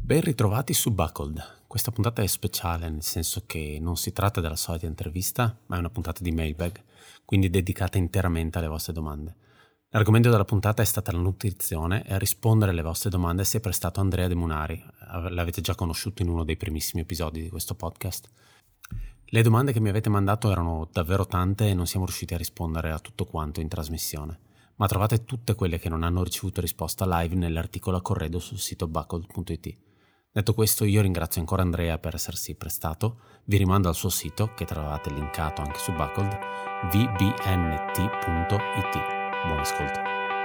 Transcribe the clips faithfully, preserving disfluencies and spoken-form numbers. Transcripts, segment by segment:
Ben ritrovati su Buckled. Questa puntata è speciale nel senso che non si tratta della solita intervista, ma è una puntata di mailbag, quindi dedicata interamente alle vostre domande. L'argomento della puntata è stata la nutrizione e a rispondere alle vostre domande si è prestato Andrea De Munari. L'avete già conosciuto in uno dei primissimi episodi di questo podcast. Le domande che mi avete mandato erano davvero tante e non siamo riusciti a rispondere a tutto quanto in trasmissione, ma trovate tutte quelle che non hanno ricevuto risposta live nell'articolo a corredo sul sito buckled punto it. Detto questo, io ringrazio ancora Andrea per essersi prestato, vi rimando al suo sito, che trovate linkato anche su Buckled, v b n t punto it. Buon ascolto.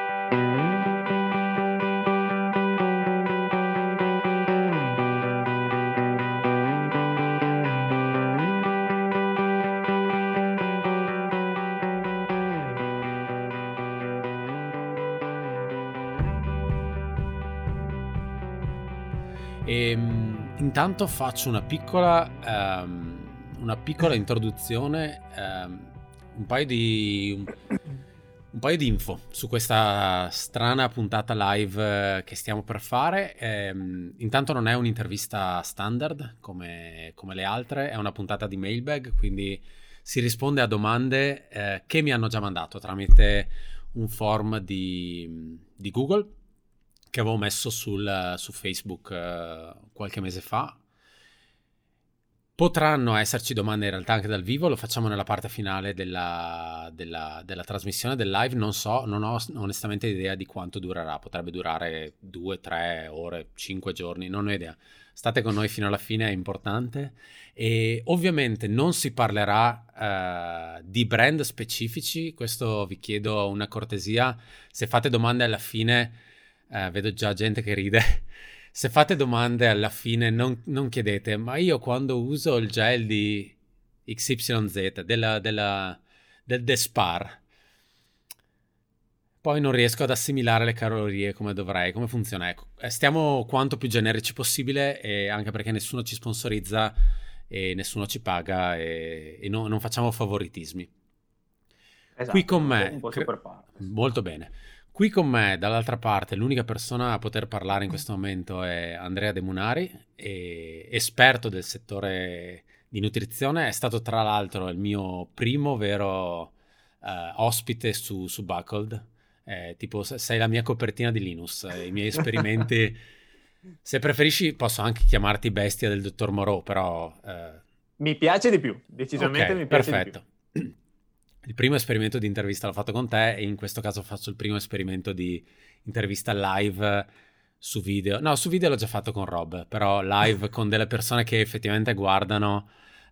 E, intanto faccio una piccola um, una piccola introduzione, um, un paio di un, un paio di info su questa strana puntata live che stiamo per fare. Um, intanto non è un'intervista standard come, come le altre, è una puntata di mailbag, quindi si risponde a domande eh, che mi hanno già mandato tramite un form di, di Google che avevo messo sul, su Facebook uh, qualche mese fa. Potranno esserci domande in realtà anche dal vivo, lo facciamo nella parte finale della, della, della trasmissione, del live. Non so, non ho onestamente idea di quanto durerà, potrebbe durare due, tre ore, cinque giorni, non ho idea. State con noi fino alla fine, è importante. E ovviamente non si parlerà uh, di brand specifici, questo vi chiedo una cortesia. Se fate domande alla fine... Uh, vedo già gente che ride. Se fate domande alla fine non, non chiedete, ma io quando uso il gel di X Y Z della, della, del Despar poi non riesco ad assimilare le calorie come dovrei, come funziona? Ecco, stiamo quanto più generici possibile, e anche perché nessuno ci sponsorizza e nessuno ci paga e, e no, non facciamo favoritismi. Esatto, qui con me un po' cre- super partes. molto bene. Qui con me, dall'altra parte, l'unica persona a poter parlare in questo momento è Andrea De Munari, e esperto del settore di nutrizione. È stato tra l'altro il mio primo vero eh, ospite su, su Buckled. Eh, tipo, sei la mia copertina di Linus, eh, i miei esperimenti. Se preferisci, posso anche chiamarti bestia del dottor Moreau, però... Eh... Mi piace di più, decisamente okay, mi piace perfetto. di più. Il primo esperimento di intervista l'ho fatto con te, e in questo caso faccio il primo esperimento di intervista live su video. No, su video l'ho già fatto con Rob, però live con delle persone che effettivamente guardano,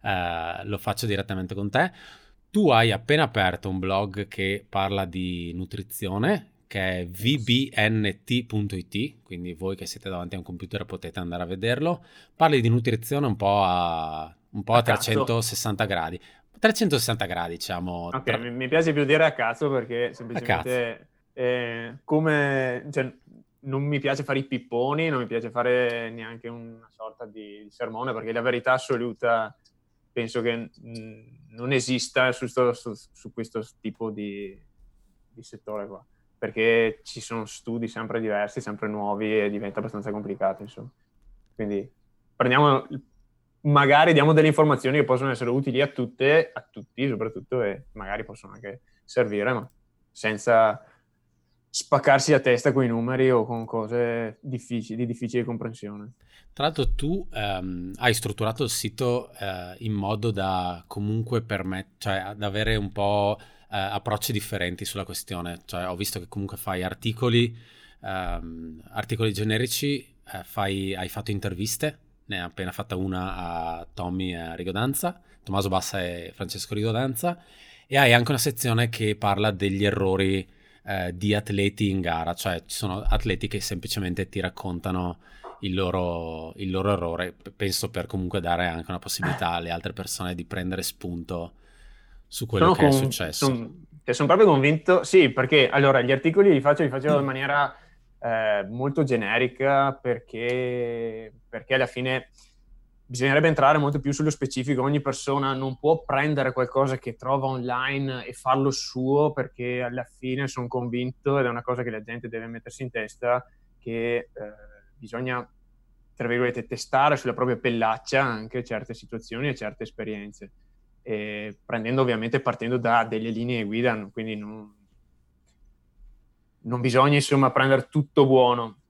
eh, lo faccio direttamente con te. Tu hai appena aperto un blog che parla di nutrizione, che è v b n t punto it, quindi voi che siete davanti a un computer potete andare a vederlo. Parli di nutrizione un po' a, un po' a, A cazzo. trecentosessanta gradi. trecentosessanta gradi, diciamo. Ok, tra... mi, mi piace più dire a cazzo perché semplicemente eh, come cioè, non mi piace fare i pipponi, non mi piace fare neanche una sorta di, di sermone, perché la verità assoluta penso che mh, non esista su, sto, su, su questo tipo di, di settore qua, perché ci sono studi sempre diversi, sempre nuovi, e diventa abbastanza complicato, insomma. Quindi prendiamo... magari diamo delle informazioni che possono essere utili a tutte, a tutti soprattutto, e magari possono anche servire, ma senza spaccarsi la testa con i numeri o con cose difficili, di difficile comprensione. Tra l'altro tu um, hai strutturato il sito uh, in modo da comunque permettere, cioè ad avere un po' uh, approcci differenti sulla questione. Cioè, ho visto che comunque fai articoli, um, articoli generici, uh, fai, hai fatto interviste. Ne ha appena fatta una a Tommy e a Rigodanza, Tommaso Bassa e Francesco Rigodanza, e hai anche una sezione che parla degli errori eh, di atleti in gara, cioè ci sono atleti che semplicemente ti raccontano il loro, il loro errore, penso per comunque dare anche una possibilità alle altre persone di prendere spunto su quello sono che con, è successo. Sono, sono proprio convinto, sì, perché allora gli articoli li faccio, li faccio in maniera... Eh, molto generica, perché, perché alla fine bisognerebbe entrare molto più sullo specifico. Ogni persona non può prendere qualcosa che trova online e farlo suo, perché alla fine sono convinto, ed è una cosa che la gente deve mettersi in testa, che eh, bisogna tra virgolette, testare sulla propria pellaccia anche certe situazioni e certe esperienze, e prendendo ovviamente partendo da delle linee guida, quindi non, non bisogna insomma prendere tutto buono.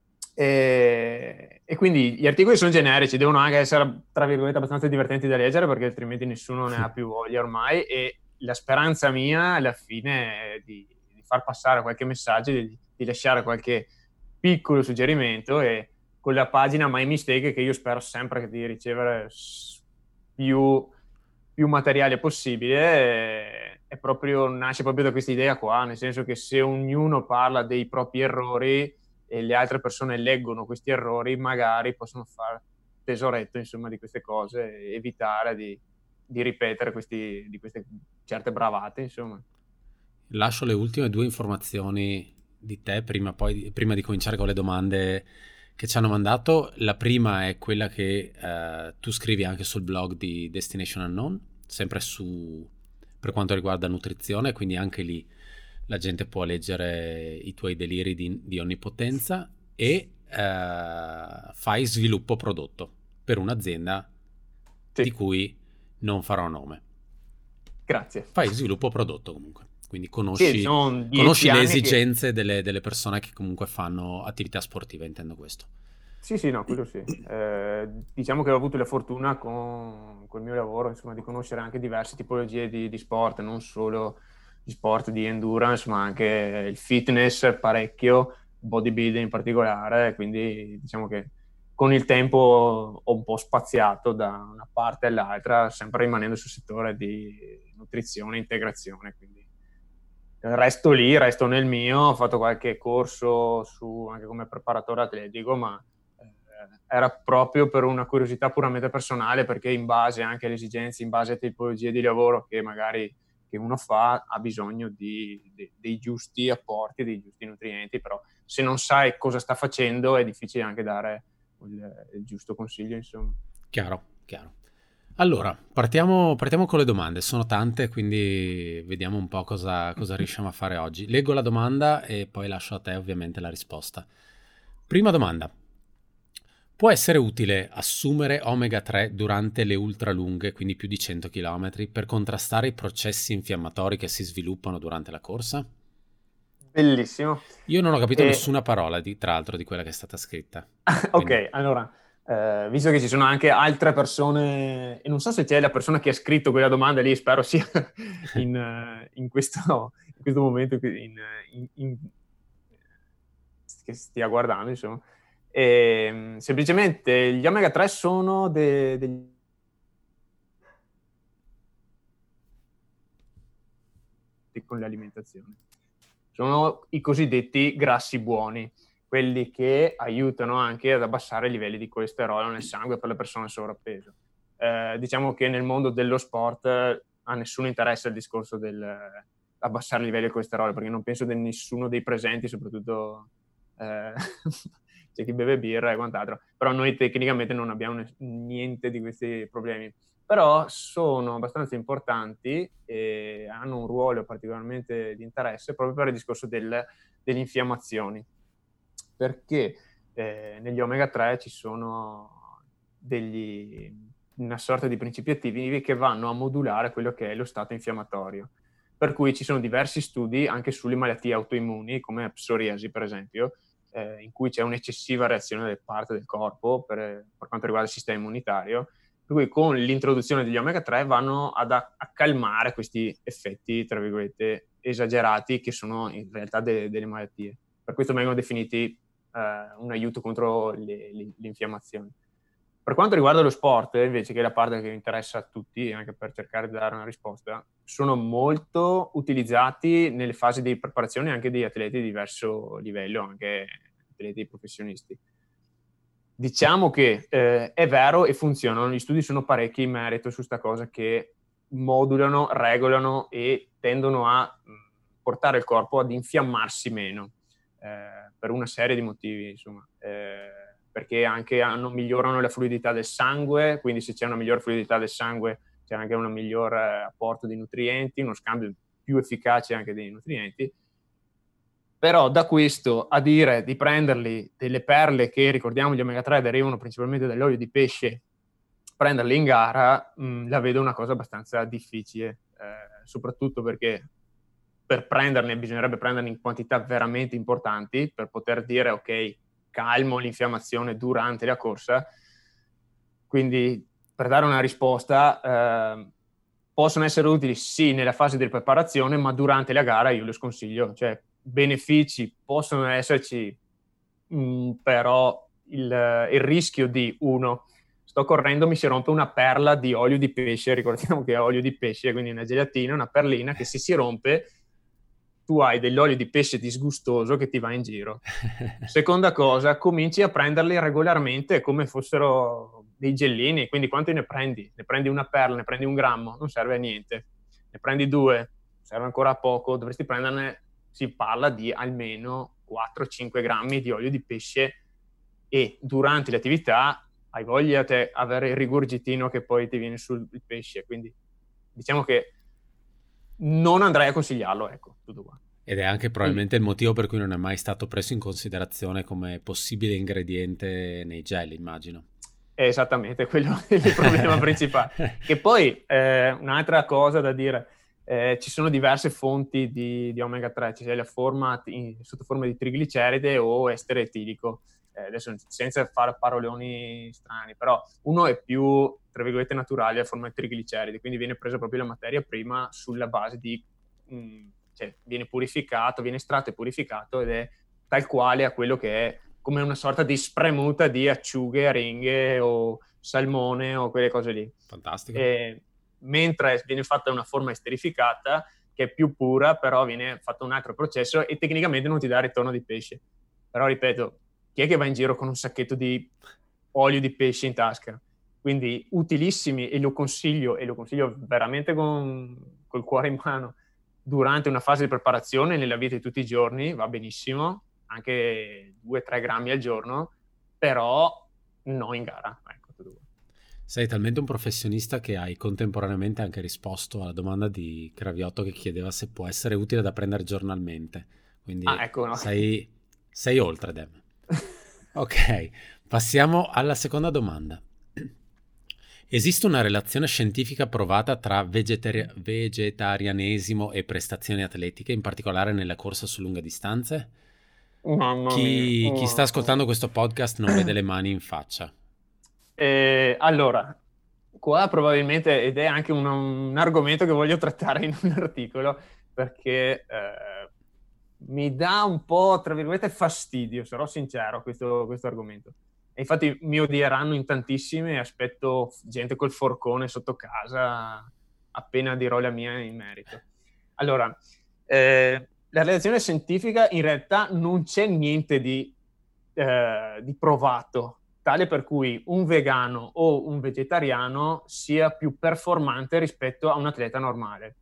E, e quindi gli articoli sono generici, devono anche essere tra virgolette abbastanza divertenti da leggere, perché altrimenti nessuno ne ha più voglia ormai, e la speranza mia alla fine è di, di far passare qualche messaggio, di, di lasciare qualche piccolo suggerimento, e con la pagina My Mistake, che io spero sempre di ricevere più, più materiale possibile, è, è proprio, nasce proprio da questa idea qua, nel senso che se ognuno parla dei propri errori e le altre persone leggono questi errori, magari possono fare tesoretto insomma di queste cose e evitare di, di ripetere questi, di queste certe bravate insomma. Lascio le ultime due informazioni di te prima, poi, prima di cominciare con le domande che ci hanno mandato. La prima è quella che uh, tu scrivi anche sul blog di Destination Unknown, sempre su, per quanto riguarda nutrizione, quindi anche lì la gente può leggere i tuoi deliri di, di onnipotenza, e uh, fai sviluppo prodotto per un'azienda sì. di cui non farò nome. Grazie. Fai sviluppo prodotto comunque. Quindi conosci, sì, conosci le esigenze che... delle, delle persone che comunque fanno attività sportiva, intendo questo. Sì, sì, no, quello sì. Eh, diciamo che ho avuto la fortuna con, con il mio lavoro, insomma, di conoscere anche diverse tipologie di, di sport, non solo gli sport di endurance, ma anche il fitness parecchio, bodybuilding in particolare, quindi diciamo che con il tempo ho un po' spaziato da una parte all'altra, sempre rimanendo sul settore di nutrizione e integrazione, quindi resto lì, resto nel mio, ho fatto qualche corso su, anche come preparatore atletico, ma eh, era proprio per una curiosità puramente personale, perché in base anche alle esigenze, in base a tipologie di lavoro che magari che uno fa, ha bisogno di, di, dei giusti apporti, dei giusti nutrienti, però se non sai cosa sta facendo è difficile anche dare il, il giusto consiglio, insomma. Chiaro, chiaro. Allora, partiamo, partiamo con le domande, sono tante, quindi vediamo un po' cosa, cosa riusciamo a fare oggi. Leggo la domanda e poi lascio a te ovviamente la risposta. Prima domanda. Può essere utile assumere omega tre durante le ultralunghe, quindi più di cento chilometri, per contrastare i processi infiammatori che si sviluppano durante la corsa? Bellissimo. Io non ho capito e... nessuna parola, di, tra l'altro, di quella che è stata scritta. Quindi... Ok, allora... Uh, visto che ci sono anche altre persone, e non so se c'è la persona che ha scritto quella domanda lì, spero sia in, uh, in, questo, in questo momento in, in, in, che stia guardando, insomma. E, semplicemente gli omega tre sono de, degli con l'alimentazione. Sono i cosiddetti grassi buoni, quelli che aiutano anche ad abbassare i livelli di colesterolo nel sangue per le persone sovrappeso. Eh, diciamo che nel mondo dello sport a nessuno interessa il discorso del abbassare i livelli di colesterolo, perché non penso che nessuno dei presenti, soprattutto eh, c'è chi beve birra e quant'altro, però noi tecnicamente non abbiamo niente di questi problemi. Però sono abbastanza importanti e hanno un ruolo particolarmente di interesse proprio per il discorso del, delle infiammazioni, perché eh, negli omega tre ci sono degli, una sorta di principi attivi che vanno a modulare quello che è lo stato infiammatorio. Per cui ci sono diversi studi anche sulle malattie autoimmuni, come psoriasi per esempio, eh, in cui c'è un'eccessiva reazione da parte del corpo per, per quanto riguarda il sistema immunitario, per cui con l'introduzione degli omega tre vanno ad a, a calmare questi effetti, tra virgolette, esagerati che sono in realtà de, delle malattie. Per questo vengono definiti eh, un aiuto contro le, le, le infiammazioni. Per quanto riguarda lo sport, invece, che è la parte che interessa a tutti, anche per cercare di dare una risposta, sono molto utilizzati nelle fasi di preparazione anche di atleti di diverso livello, anche atleti professionisti. Diciamo che eh, è vero e funzionano, gli studi sono parecchi in merito su sta cosa, che modulano, regolano e tendono a mh, portare il corpo ad infiammarsi meno, eh, per una serie di motivi, insomma. Eh, perché anche hanno, migliorano la fluidità del sangue, quindi se c'è una migliore fluidità del sangue c'è anche un miglior eh, apporto di nutrienti, uno scambio più efficace anche dei nutrienti, Però da questo a dire di prenderli delle perle che, ricordiamo, gli omega tre derivano principalmente dall'olio di pesce, prenderli in gara, mh, la vedo una cosa abbastanza difficile, eh, soprattutto perché per prenderne bisognerebbe prenderne in quantità veramente importanti per poter dire ok, calmo l'infiammazione durante la corsa. Quindi per dare una risposta, eh, possono essere utili sì nella fase di preparazione, ma durante la gara io lo sconsiglio. Cioè, benefici possono esserci, mh, però il, il rischio di uno, sto correndo, mi si rompe una perla di olio di pesce, ricordiamo che è olio di pesce, quindi una gelatina, una perlina che se si rompe tu hai dell'olio di pesce disgustoso che ti va in giro. Seconda cosa, cominci a prenderli regolarmente come fossero dei gellini, quindi quanto ne prendi? Ne prendi una perla, ne prendi un grammo, non serve a niente. Ne prendi due, serve ancora a poco, dovresti prenderne, si parla di almeno quattro cinque grammi di olio di pesce e durante l'attività hai voglia te avere il rigurgitino che poi ti viene sul pesce, quindi diciamo che non andrei a consigliarlo, ecco, tutto qua. Ed è anche probabilmente il motivo per cui non è mai stato preso in considerazione come possibile ingrediente nei gel, immagino. È esattamente, quello è il problema principale. Che poi, eh, un'altra cosa da dire, eh, ci sono diverse fonti di, di omega tre, c'è la forma in, sotto forma di trigliceride o estere etilico. Eh, adesso senza fare paroloni strani, però uno è più, tra virgolette, naturale, la forma di trigliceride, quindi viene presa proprio la materia prima sulla base di, mh, cioè viene purificato, viene estratto e purificato ed è tal quale a quello che è come una sorta di spremuta di acciughe, aringhe o salmone o quelle cose lì. Fantastico. E, mentre viene fatta una forma esterificata che è più pura, però viene fatto un altro processo e tecnicamente non ti dà ritorno di pesce. Però ripeto, chi è che va in giro con un sacchetto di olio di pesce in tasca? Quindi utilissimi, e lo consiglio, e lo consiglio veramente con col cuore in mano, durante una fase di preparazione nella vita di tutti i giorni, va benissimo, anche due tre grammi al giorno, però non in gara. Ecco, tutto. Sei talmente un professionista che hai contemporaneamente anche risposto alla domanda di Craviotto che chiedeva se può essere utile da prendere giornalmente. Quindi ah, ecco, no. sei, sei oltre, Dem. Ok, passiamo alla seconda domanda. Esiste una relazione scientifica provata tra vegetari- vegetarianesimo e prestazioni atletiche, in particolare nelle corse su lunghe distanze? Mamma chi, mia. chi sta ascoltando questo podcast non vede le mani in faccia. Eh, allora, qua probabilmente, ed è anche un, un argomento che voglio trattare in un articolo, perché eh, mi dà un po', tra virgolette, fastidio, sarò sincero, questo, questo argomento. E infatti mi odieranno in tantissimi e aspetto gente col forcone sotto casa appena dirò la mia in merito. Allora, eh, la relazione scientifica in realtà non c'è niente di, eh, di provato, tale per cui un vegano o un vegetariano sia più performante rispetto a un atleta normale.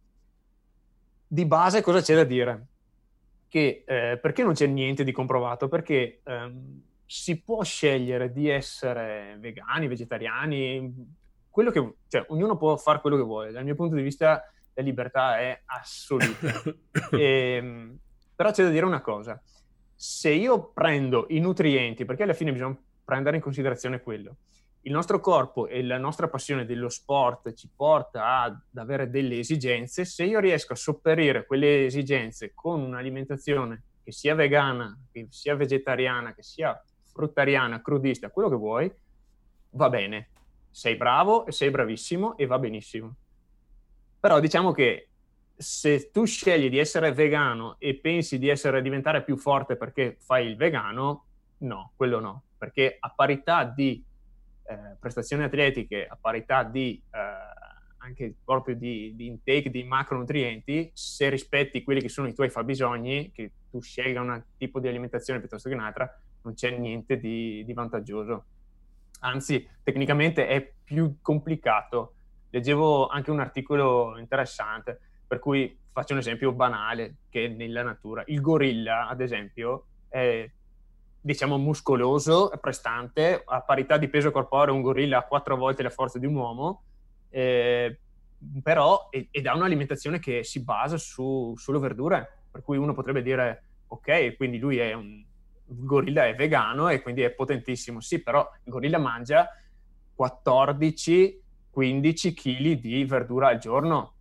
Di base cosa c'è da dire? Che eh, perché non c'è niente di comprovato? Perché ehm, si può scegliere di essere vegani, vegetariani, quello che, cioè, ognuno può fare quello che vuole. Dal mio punto di vista la libertà è assoluta. e, però c'è da dire una cosa: se io prendo i nutrienti, perché alla fine bisogna prendere in considerazione quello, il nostro corpo e la nostra passione dello sport ci porta ad avere delle esigenze, se io riesco a sopperire quelle esigenze con un'alimentazione che sia vegana, che sia vegetariana, che sia fruttariana, crudista, quello che vuoi, va bene. Sei bravo e sei bravissimo e va benissimo. Però diciamo che se tu scegli di essere vegano e pensi di essere diventare più forte perché fai il vegano, no, quello no. Perché a parità di eh, prestazioni atletiche, a parità di eh, anche proprio di, di intake di macronutrienti, se rispetti quelli che sono i tuoi fabbisogni, che tu scelga un tipo di alimentazione piuttosto che un'altra, non c'è niente di, di vantaggioso. Anzi, tecnicamente è più complicato. Leggevo anche un articolo interessante, per cui faccio un esempio banale, che nella natura il gorilla, ad esempio, è, diciamo, muscoloso, prestante, a parità di peso corporeo un gorilla ha quattro volte la forza di un uomo, eh, però ed ha un'alimentazione che si basa su, sulle verdure, per cui uno potrebbe dire ok, quindi lui è un il gorilla è vegano e quindi è potentissimo, sì, però il gorilla mangia quattordici quindici chili di verdura al giorno,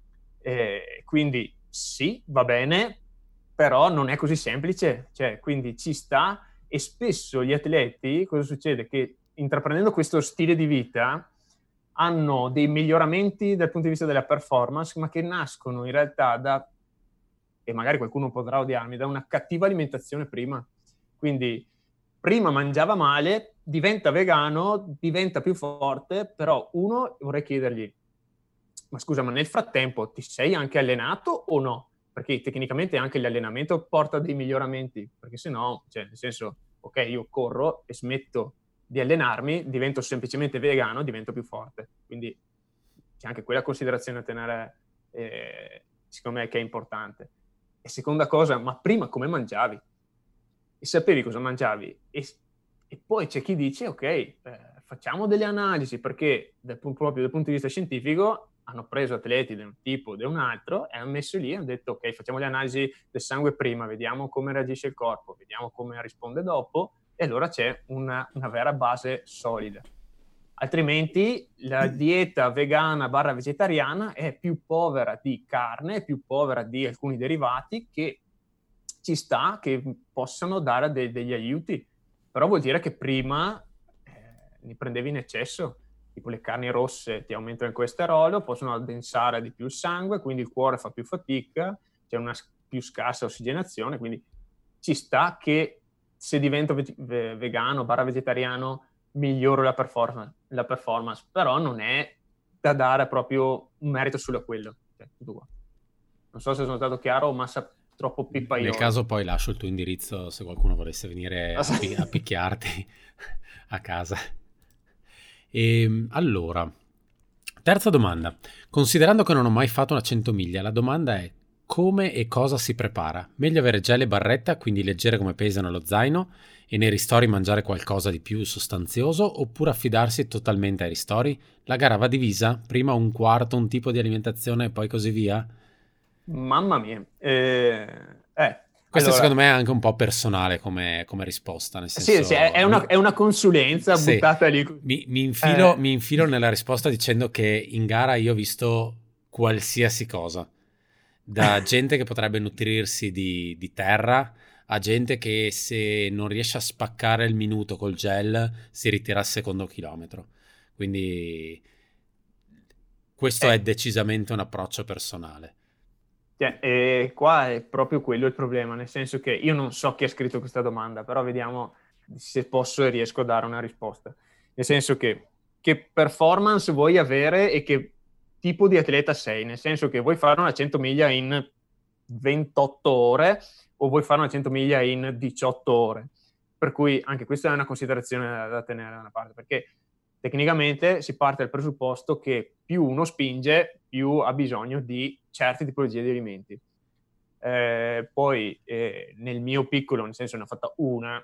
e quindi sì, va bene, però non è così semplice, cioè, quindi ci sta. E spesso gli atleti, cosa succede? Che intraprendendo questo stile di vita hanno dei miglioramenti dal punto di vista della performance, ma che nascono in realtà da, e magari qualcuno potrà odiarmi, da una cattiva alimentazione prima. Quindi prima mangiava male, diventa vegano, diventa più forte, però uno, vorrei chiedergli, ma scusa, ma nel frattempo ti sei anche allenato o no? Perché tecnicamente anche l'allenamento porta dei miglioramenti, perché se no, cioè, nel senso, ok, io corro e smetto di allenarmi, divento semplicemente vegano, divento più forte. Quindi c'è anche quella considerazione a tenere, eh, secondo me, che è importante. E seconda cosa, ma prima come mangiavi? E sapevi cosa mangiavi? E, e poi c'è chi dice, ok, eh, facciamo delle analisi, perché dal, proprio dal punto di vista scientifico hanno preso atleti di un tipo o di un altro e hanno messo lì e hanno detto, ok, facciamo le analisi del sangue prima, vediamo come reagisce il corpo, vediamo come risponde dopo, e allora c'è una, una vera base solida. Altrimenti la dieta vegana barra vegetariana è più povera di carne, è più povera di alcuni derivati che ci sta, che possano dare de- degli aiuti. Però vuol dire che prima eh, ne prendevi in eccesso, tipo le carni rosse ti aumentano il colesterolo, possono addensare di più il sangue, quindi il cuore fa più fatica, c'è una più scarsa ossigenazione, quindi ci sta che se divento ve- vegano barra vegetariano miglioro la performance, la performance, però non è da dare proprio un merito solo a quello. Cioè, tutto qua. Non so se sono stato chiaro o massa troppo pippaiolo. Nel caso poi lascio il tuo indirizzo se qualcuno volesse venire a, pi- a picchiarti a casa. E, allora, terza domanda. Considerando che non ho mai fatto una cento miglia, la domanda è come e cosa si prepara? Meglio avere gel e barretta, quindi leggere come pesano lo zaino, e nei ristori mangiare qualcosa di più sostanzioso, oppure affidarsi totalmente ai ristori? La gara va divisa? Prima un quarto, un tipo di alimentazione e poi così via? Mamma mia. Eh, eh, Questa allora, secondo me è anche un po' personale come, come risposta, nel sì, sì, è, senso... è una, Mi, è una consulenza sì, buttata lì. mi, mi infilo, Eh, mi infilo nella risposta dicendo che in gara io ho visto qualsiasi cosa. Da gente che potrebbe nutrirsi di, di terra a gente che se non riesce a spaccare il minuto col gel si ritira al secondo chilometro. Quindi questo è eh, decisamente un approccio personale. cioè, e qua è proprio quello il problema, nel senso che io non so chi ha scritto questa domanda, però vediamo se posso e riesco a dare una risposta. Nel senso che che performance vuoi avere e che tipo di atleta sei, nel senso che vuoi fare una cento miglia in ventotto ore o vuoi fare una cento miglia in diciotto ore. Per cui anche questa è una considerazione da, da tenere da una parte, perché tecnicamente si parte dal presupposto che più uno spinge, più ha bisogno di certe tipologie di alimenti. Eh, poi eh, nel mio piccolo, nel senso ne ho fatta una,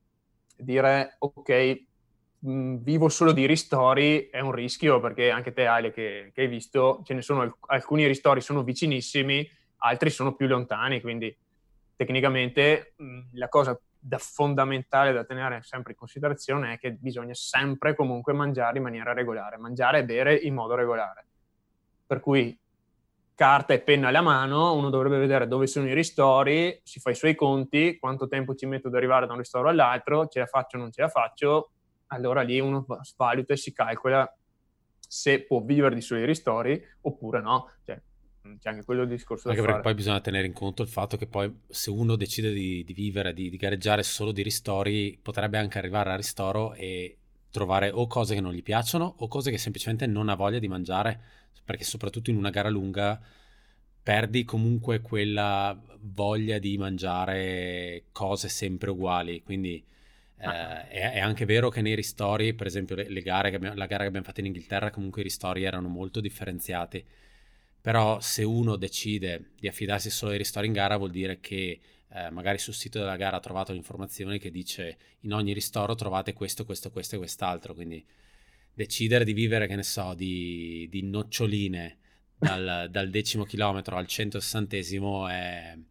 dire ok, mh, vivo solo di ristori è un rischio, perché anche te Ale che, che hai visto, ce ne sono alc- alcuni ristori sono vicinissimi, altri sono più lontani, quindi tecnicamente mh, la cosa da fondamentale da tenere sempre in considerazione è che bisogna sempre comunque mangiare in maniera regolare, mangiare e bere in modo regolare. Per cui carta e penna alla mano, uno dovrebbe vedere dove sono i ristori, si fa i suoi conti, quanto tempo ci metto ad arrivare da un ristoro all'altro, ce la faccio o non ce la faccio, allora lì uno valuta e si calcola se può vivere di soli ristori oppure no. Cioè, c'è anche quello discorso da Anche perché fare. poi bisogna tenere in conto il fatto che poi se uno decide di, di vivere, di, di gareggiare solo di ristori, potrebbe anche arrivare al ristoro e trovare o cose che non gli piacciono o cose che semplicemente non ha voglia di mangiare, perché soprattutto in una gara lunga perdi comunque quella voglia di mangiare cose sempre uguali. Quindi eh, è, è anche vero che nei ristori, per esempio le, le gare che abbiamo, la gara che abbiamo fatto in Inghilterra, comunque i ristori erano molto differenziati. Però se uno decide di affidarsi solo ai ristori in gara vuol dire che eh, magari sul sito della gara ha trovato l'informazione che dice in ogni ristoro trovate questo, questo, questo e quest'altro, quindi decidere di vivere, che ne so, di, di noccioline dal, dal decimo chilometro al centosessantesimo è,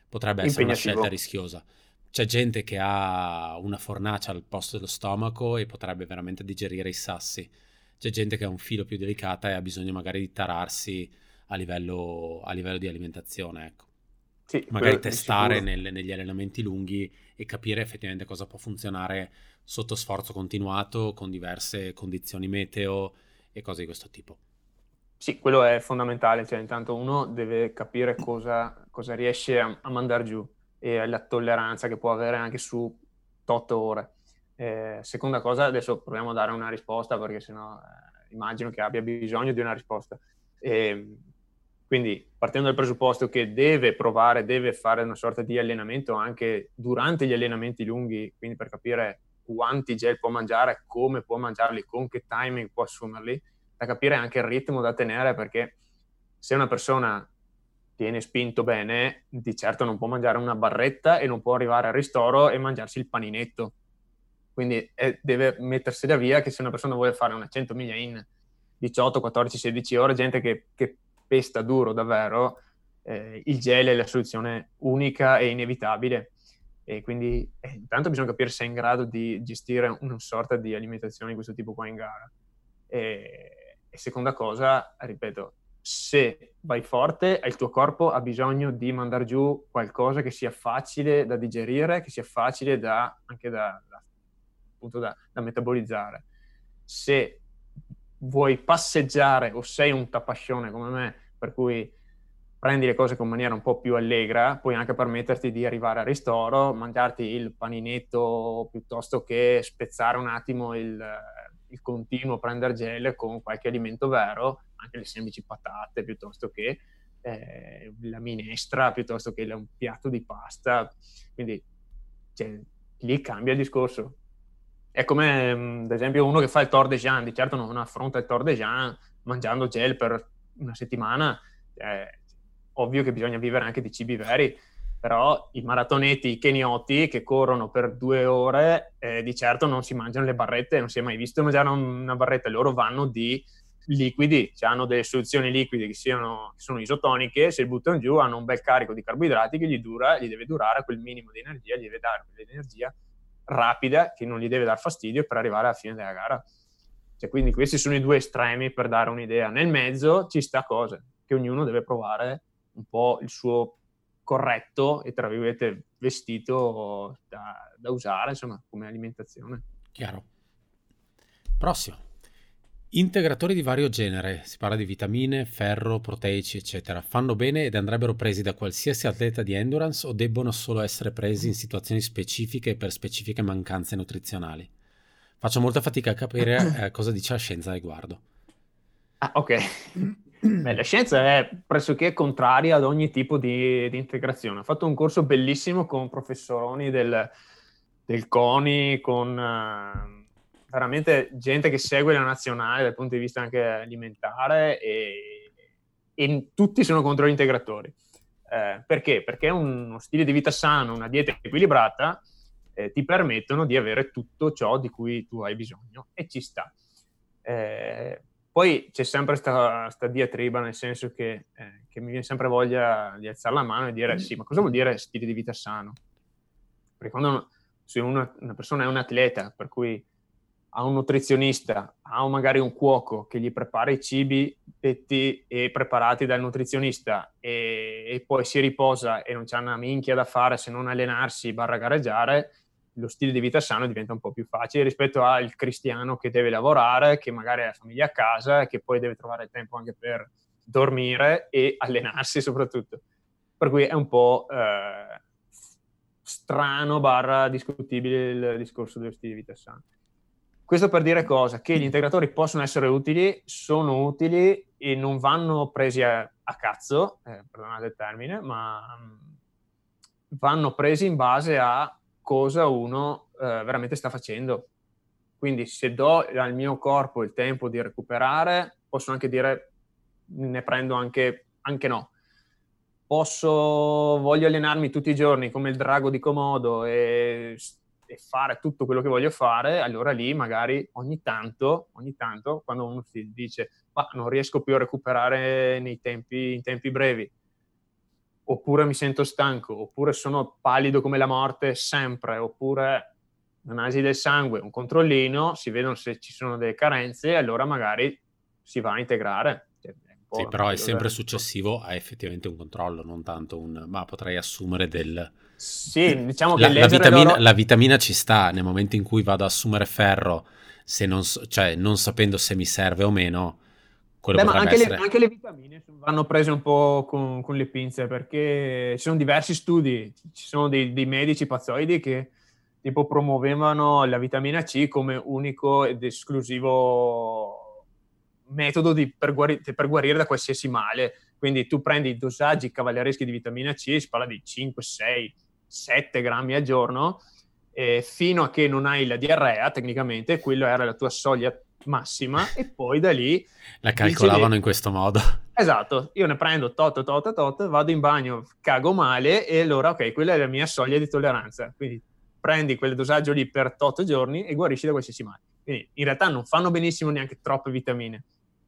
potrebbe essere una scelta rischiosa. C'è gente che ha una fornace al posto dello stomaco e potrebbe veramente digerire i sassi. C'è gente che ha un filo più delicata e ha bisogno magari di tararsi a livello, a livello di alimentazione, ecco. Sì, magari testare nel, negli allenamenti lunghi e capire effettivamente cosa può funzionare sotto sforzo continuato con diverse condizioni meteo e cose di questo tipo. Sì, quello è fondamentale, cioè intanto uno deve capire cosa, cosa riesce a, a mandare giù e la tolleranza che può avere anche su otto ore. Eh, seconda cosa, adesso proviamo a dare una risposta perché sennò eh, immagino che abbia bisogno di una risposta. Eh, quindi partendo dal presupposto che deve provare, deve fare una sorta di allenamento anche durante gli allenamenti lunghi, quindi per capire quanti gel può mangiare, come può mangiarli, con che timing può assumerli, da capire anche il ritmo da tenere, perché se una persona tiene spinto bene, di certo non può mangiare una barretta e non può arrivare al ristoro e mangiarsi il paninetto. Quindi eh, deve mettersela via che se una persona vuole fare una cento miglia in diciotto, quattordici, sedici ore, gente che, che pesta duro davvero, eh, il gel è la soluzione unica e inevitabile. E quindi eh, intanto bisogna capire se è in grado di gestire una sorta di alimentazione di questo tipo qua in gara. E, e seconda cosa, ripeto, se vai forte, il tuo corpo ha bisogno di mandare giù qualcosa che sia facile da digerire, che sia facile da, anche da, da, appunto da, da metabolizzare. Se vuoi passeggiare o sei un tapascione come me, per cui prendi le cose con maniera un po' più allegra, puoi anche permetterti di arrivare al ristoro, mangiarti il paninetto piuttosto che spezzare un attimo il, il continuo, prendere gel con qualche alimento vero, anche le semplici patate piuttosto che eh, la minestra, piuttosto che un piatto di pasta. Quindi cioè, lì cambia il discorso. È come, ad esempio, uno che fa il Tour de Jean, di certo non affronta il Tour de Jean mangiando gel per una settimana. È ovvio che bisogna vivere anche di cibi veri, però i maratoneti, i kenioti che corrono per due ore, eh, di certo non si mangiano le barrette, non si è mai visto mangiare una barretta, loro vanno di liquidi, cioè hanno delle soluzioni liquide che, siano, che sono isotoniche, se li buttano giù hanno un bel carico di carboidrati che gli, dura, gli deve durare quel minimo di energia, gli deve dare quell'energia rapida che non gli deve dar fastidio per arrivare alla fine della gara. Cioè, quindi questi sono i due estremi per dare un'idea. Nel mezzo ci sta cosa che ognuno deve provare un po' il suo corretto e tra virgolette vestito da, da usare, insomma, come alimentazione. Chiaro. Prossimo. Integratori di vario genere, si parla di vitamine, ferro, proteici, eccetera. Fanno bene ed andrebbero presi da qualsiasi atleta di endurance o debbono solo essere presi in situazioni specifiche per specifiche mancanze nutrizionali? Faccio molta fatica a capire eh, cosa dice la scienza a riguardo. Ah, ok. Beh, la scienza è pressoché contraria ad ogni tipo di, di integrazione. Ho fatto un corso bellissimo con professoroni del, del CONI, con... Uh, veramente gente che segue la nazionale dal punto di vista anche alimentare e, e tutti sono contro gli integratori. Eh, perché? Perché uno stile di vita sano, una dieta equilibrata eh, ti permettono di avere tutto ciò di cui tu hai bisogno e ci sta. Eh, poi c'è sempre questa diatriba, nel senso che, eh, che mi viene sempre voglia di alzare la mano e dire sì, ma cosa vuol dire stile di vita sano? Perché quando se una, una persona è un atleta, per cui ha un nutrizionista, ha magari un cuoco che gli prepara i cibi detti e preparati dal nutrizionista e, e poi si riposa e non c'ha una minchia da fare se non allenarsi barra gareggiare, lo stile di vita sano diventa un po' più facile rispetto al cristiano che deve lavorare, che magari ha la famiglia a casa e che poi deve trovare il tempo anche per dormire e allenarsi soprattutto. Per cui è un po' eh, strano barra discutibile il discorso dello stile di vita sano. Questo per dire cosa? Che gli integratori possono essere utili, sono utili e non vanno presi a, a cazzo, eh, perdonate il termine, ma vanno presi in base a cosa uno eh, veramente sta facendo. Quindi se do al mio corpo il tempo di recuperare, posso anche dire ne prendo anche, anche no. Posso, voglio allenarmi tutti i giorni come il drago di Komodo e... e fare tutto quello che voglio fare, allora lì magari ogni tanto, ogni tanto quando uno si dice ma non riesco più a recuperare nei tempi, in tempi brevi, oppure mi sento stanco, oppure sono pallido come la morte sempre, oppure un'analisi del sangue, un controllino, si vedono se ci sono delle carenze, allora magari si va a integrare. Cioè, è un po' sì, però è sempre del... successivo a effettivamente un controllo, non tanto un... ma potrei assumere del... Sì, diciamo la, che la, vitamina, loro... la vitamina ci sta, nel momento in cui vado ad assumere ferro, se non, cioè, non sapendo se mi serve o meno, quello Beh, ma potrebbe anche essere... le, anche le vitamine vanno prese un po' con, con le pinze, perché ci sono diversi studi, ci sono dei, dei medici pazzoidi che tipo promuovevano la vitamina C come unico ed esclusivo metodo di, per, guari, per guarire da qualsiasi male. Quindi tu prendi i dosaggi cavallereschi di vitamina C, si parla di cinque, sei, sette grammi al giorno, e fino a che non hai la diarrea, tecnicamente, quella era la tua soglia massima, e poi da lì la calcolavano dicevi, in questo modo. Esatto, io ne prendo tot, tot, tot, vado in bagno, cago male, e allora ok, quella è la mia soglia di tolleranza. Quindi prendi quel dosaggio lì per tot giorni e guarisci da qualsiasi male. Quindi in realtà non fanno benissimo neanche troppe vitamine.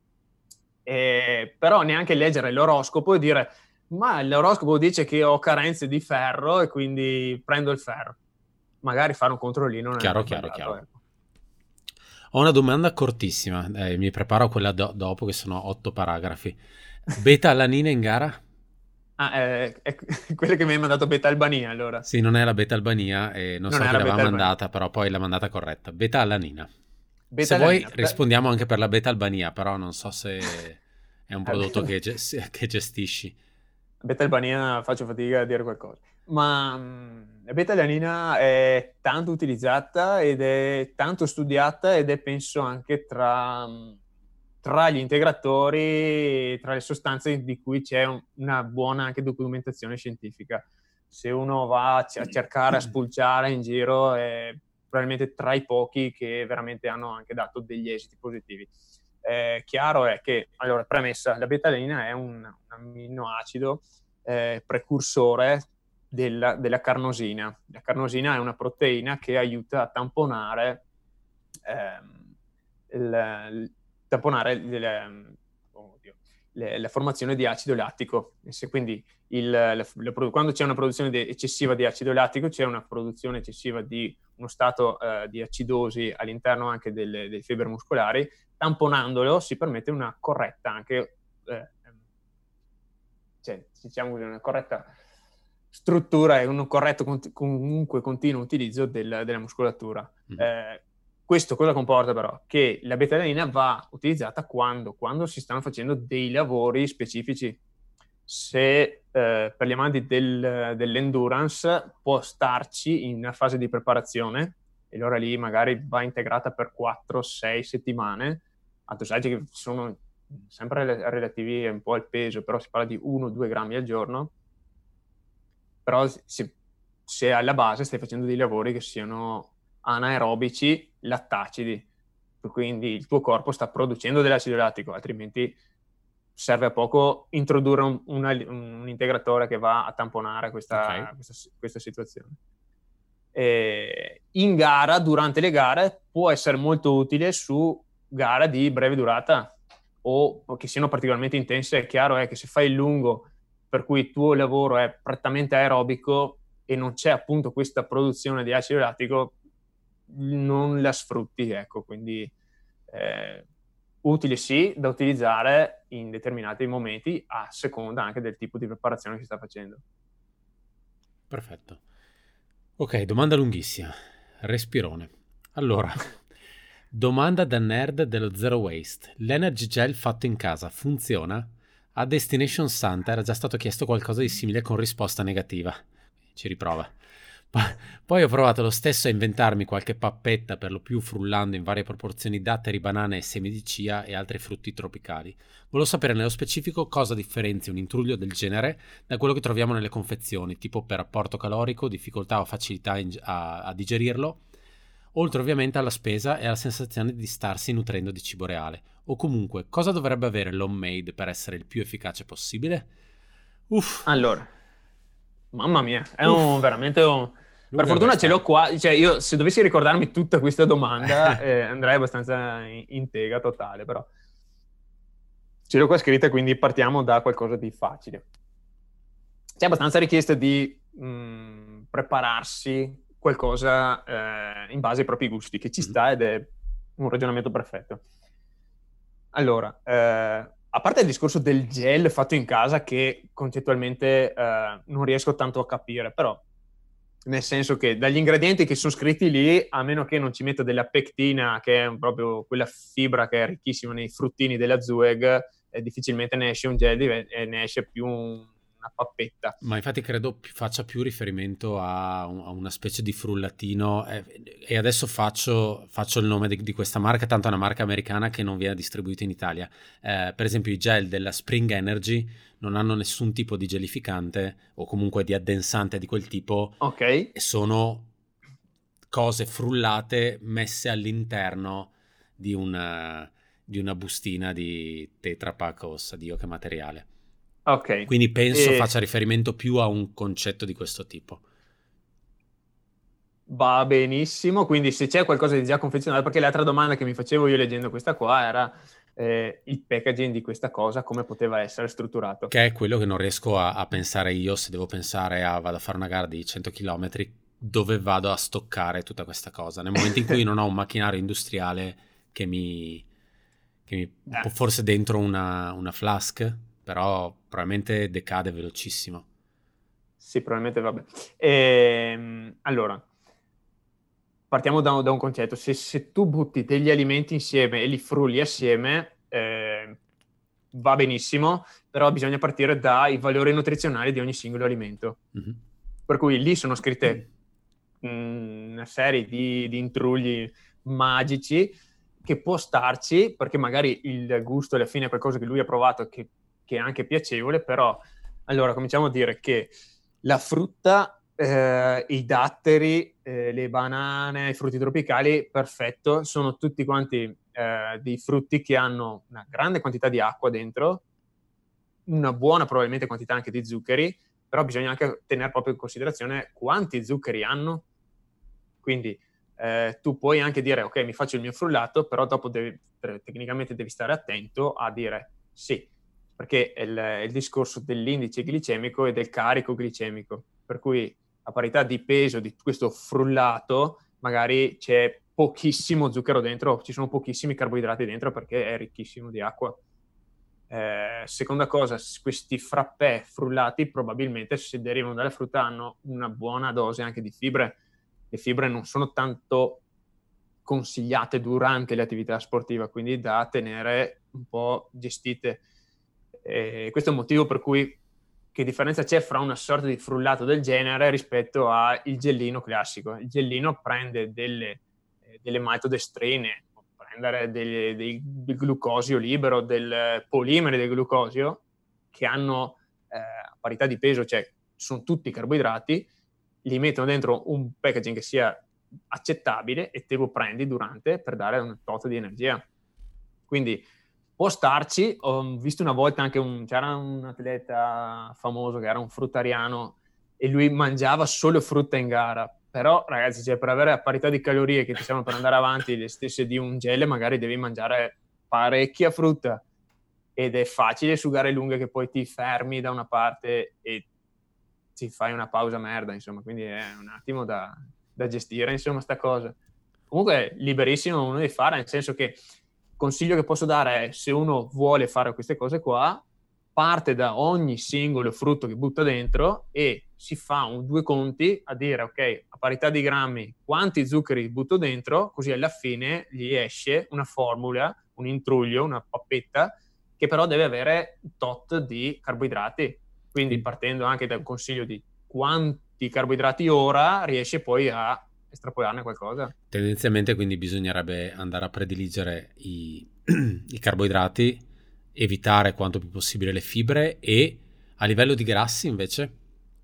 Eh, però neanche leggere l'oroscopo e dire ma l'oroscopo dice che ho carenze di ferro e quindi prendo il ferro. Magari fare un controllino non è Chiaro, mai chiaro, sbagliato, chiaro. ecco. Ho una domanda cortissima, eh, mi preparo quella do- dopo che sono otto paragrafi. Beta-alanina in gara? Ah, eh, è quella che mi hai mandato beta-albania, allora. Sì, non è la beta-albania, e non, Non so chi era l'aveva beta-albania. mandata, però poi l'ha mandata corretta. Beta-alanina. Se vuoi Beta-alanina. rispondiamo anche per la beta-albania, però non so se è un prodotto che, ge- che gestisci. Beta-albania faccio fatica a dire qualcosa. Ma mh, la beta-alanina è tanto utilizzata ed è tanto studiata ed è penso anche tra, mh, tra gli integratori, tra le sostanze di cui c'è un- una buona anche documentazione scientifica. Se uno va a, c- a cercare, a spulciare in giro, è probabilmente tra i pochi che veramente hanno anche dato degli esiti positivi. Eh, chiaro è che, allora, premessa, la beta-alanina è un, un amminoacido eh, precursore della, della carnosina. La carnosina è una proteina che aiuta a tamponare, ehm, il, il, tamponare il, oh Dio, le, la formazione di acido lattico. E se quindi il, la, la, quando c'è una produzione di, eccessiva di acido lattico, c'è una produzione eccessiva di uno stato eh, di acidosi all'interno anche delle, delle fibre muscolari. Tamponandolo si permette una corretta anche eh, cioè, diciamo una corretta struttura e un corretto comunque continuo utilizzo del, della muscolatura. Mm. Eh, questo cosa comporta però? Che la beta-alanina va utilizzata quando? Quando si stanno facendo dei lavori specifici. Se eh, per gli amanti del, dell'endurance può starci in una fase di preparazione, e allora lì magari va integrata per quattro sei settimane a dosaggi che sono sempre relativi un po' al peso, però si parla di uno due grammi al giorno. Però se, se alla base stai facendo dei lavori che siano anaerobici lattacidi, quindi il tuo corpo sta producendo dell'acido lattico, altrimenti serve a poco introdurre un, una, un integratore che va a tamponare questa, okay. questa, questa situazione. E in gara, durante le gare, può essere molto utile su gare di breve durata o che siano particolarmente intense. È chiaro è che se fai il lungo, per cui il tuo lavoro è prettamente aerobico e non c'è appunto questa produzione di acido lattico, non la sfrutti, ecco, quindi eh, utile sì, da utilizzare in determinati momenti a seconda anche del tipo di preparazione che si sta facendo. Perfetto. Ok, domanda lunghissima. Respirone. Allora, domanda da nerd dello Zero Waste. L'Energy Gel fatto in casa funziona? A Destination Santa era già stato chiesto qualcosa di simile con risposta negativa. Ci riprova. Poi ho provato lo stesso a inventarmi qualche pappetta, per lo più frullando in varie proporzioni datteri, banane e semi di chia e altri frutti tropicali. Volevo sapere nello specifico cosa differenzia un intruglio del genere da quello che troviamo nelle confezioni, tipo per apporto calorico, difficoltà o facilità in, a, a digerirlo, oltre ovviamente alla spesa e alla sensazione di starsi nutrendo di cibo reale. O comunque, cosa dovrebbe avere l'homemade per essere il più efficace possibile? Uff. Allora, mamma mia, è un, veramente un... Per fortuna questa. ce l'ho qua, cioè io se dovessi ricordarmi tutta questa domanda eh, andrei abbastanza in, in tega totale, però ce l'ho qua scritta, quindi partiamo da qualcosa di facile. c'è abbastanza richiesta di mh, prepararsi qualcosa eh, in base ai propri gusti, che ci Mm-hmm. sta ed è un ragionamento perfetto. Allora, eh, a parte il discorso del gel fatto in casa, che concettualmente eh, non riesco tanto a capire, però nel senso che dagli ingredienti che sono scritti lì, a meno che non ci metta della pectina, che è proprio quella fibra che è ricchissima nei fruttini della Zueg, eh, difficilmente ne esce un gel e ne esce più un, una pappetta. Ma infatti credo faccia più riferimento a, un, a una specie di frullatino eh, e adesso faccio, faccio il nome di, di questa marca, tanto è una marca americana che non viene distribuita in Italia. Eh, per esempio i gel della Spring Energy non hanno nessun tipo di gelificante o comunque di addensante di quel tipo, Ok. e sono cose frullate messe all'interno di una, di una bustina di Tetra Pak o sa Dio che materiale. Ok. Quindi penso e... faccia riferimento più a un concetto di questo tipo. Va benissimo, quindi se c'è qualcosa di già confezionato, perché l'altra domanda che mi facevo io leggendo questa qua era eh, il packaging di questa cosa, come poteva essere strutturato. Che è quello che non riesco a, a pensare io, se devo pensare a vado a fare una gara di cento chilometri, dove vado a stoccare tutta questa cosa. Nel momento in cui non ho un macchinario industriale che mi... che mi Eh. forse dentro una, una flask, però probabilmente decade velocissimo. Sì, probabilmente vabbè. Ehm, allora, partiamo da, da un concetto. Se, se tu butti degli alimenti insieme e li frulli assieme, eh, va benissimo, però bisogna partire dai valori nutrizionali di ogni singolo alimento. Mm-hmm. Per cui lì sono scritte mh, una serie di, di intrugli magici che può starci, perché magari il gusto alla fine è qualcosa che lui ha provato che, che è anche piacevole, però allora cominciamo a dire che la frutta, eh, i datteri, eh, le banane, i frutti tropicali, perfetto, sono tutti quanti eh, dei frutti che hanno una grande quantità di acqua dentro, una buona probabilmente quantità anche di zuccheri, però bisogna anche tenere proprio in considerazione quanti zuccheri hanno. Quindi eh, tu puoi anche dire ok, mi faccio il mio frullato, però dopo devi, tecnicamente devi stare attento a dire sì, perché è il, è il discorso dell'indice glicemico e del carico glicemico, per cui a parità di peso di questo frullato magari c'è pochissimo zucchero dentro, ci sono pochissimi carboidrati dentro perché è ricchissimo di acqua. Eh, seconda cosa, questi frappè frullati probabilmente, se derivano dalla frutta, hanno una buona dose anche di fibre. Le fibre non sono tanto consigliate durante le attività sportive, quindi da tenere un po' gestite. E questo è il motivo per cui che differenza c'è fra una sorta di frullato del genere rispetto al gellino classico. Il gellino prende delle, delle maltodestrine, prendere del, del, del glucosio libero, del polimere del glucosio, che hanno eh, a parità di peso, cioè sono tutti carboidrati, li mettono dentro un packaging che sia accettabile e te lo prendi durante per dare un tot di energia. Quindi può starci. Ho visto una volta anche un, c'era un atleta famoso che era un fruttariano e lui mangiava solo frutta in gara, però ragazzi, cioè, per avere a parità di calorie che ti servono per andare avanti le stesse di un gel, magari devi mangiare parecchia frutta ed è facile sugare lunghe che poi ti fermi da una parte e ti fai una pausa merda, insomma, quindi è un attimo da, da gestire, insomma, sta cosa. Comunque liberissimo uno di fare, nel senso che consiglio che posso dare è, se uno vuole fare queste cose qua, parte da ogni singolo frutto che butta dentro e si fa un due conti a dire ok, a parità di grammi quanti zuccheri butto dentro, così alla fine gli esce una formula, un intruglio, una pappetta che però deve avere tot di carboidrati. Quindi partendo anche dal consiglio di quanti carboidrati ora, riesce poi a estrapolarne qualcosa. Tendenzialmente quindi bisognerebbe andare a prediligere i, i carboidrati, evitare quanto più possibile le fibre, e a livello di grassi invece?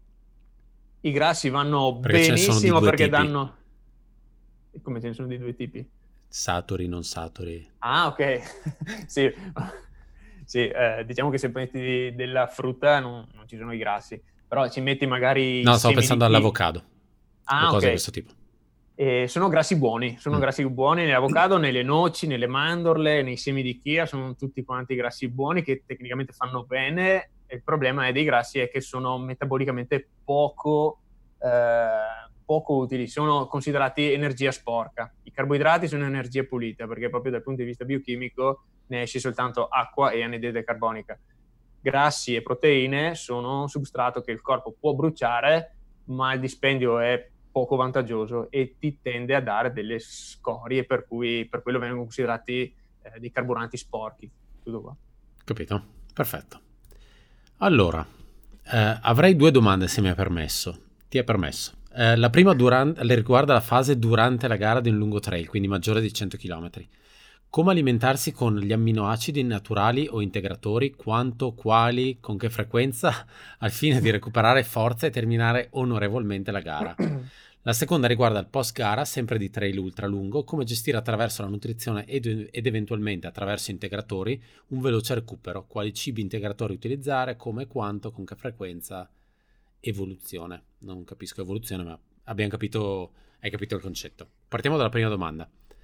I grassi vanno perché benissimo perché tipi. danno... Come ce ne sono di due tipi? Saturi, non saturi. Ah, ok. Sì, sì eh, diciamo che se metti della frutta non, non ci sono i grassi, però ci metti magari... No, stavo pensando di... all'avocado. Ah, o cose ok. di questo tipo. Eh, sono grassi buoni, sono mm. grassi buoni nell'avocado, nelle noci, nelle mandorle, nei semi di chia, sono tutti quanti grassi buoni che tecnicamente fanno bene e il problema è dei grassi è che sono metabolicamente poco, eh, poco utili, sono considerati energia sporca. I carboidrati sono energia pulita perché proprio dal punto di vista biochimico ne esce soltanto acqua e anidride carbonica. Grassi e proteine sono un substrato che il corpo può bruciare, ma il dispendio è poco vantaggioso e ti tende a dare delle scorie, per cui per quello vengono considerati eh, dei carburanti sporchi. Tutto qua. Capito? Perfetto. Allora, eh, avrei due domande se mi è permesso. Ti è permesso. Eh, la prima durante, le riguarda la fase durante la gara di un lungo trail, quindi maggiore di cento chilometri. Come alimentarsi con gli amminoacidi naturali o integratori, quanto, quali, con che frequenza, al fine di recuperare forza e terminare onorevolmente la gara. La seconda riguarda il post gara, sempre di trail ultra lungo, come gestire attraverso la nutrizione ed, ed eventualmente attraverso integratori un veloce recupero, quali cibi integratori utilizzare, come, quanto, con che frequenza, evoluzione. Non capisco evoluzione, ma abbiamo capito, hai capito il concetto. Partiamo dalla prima domanda.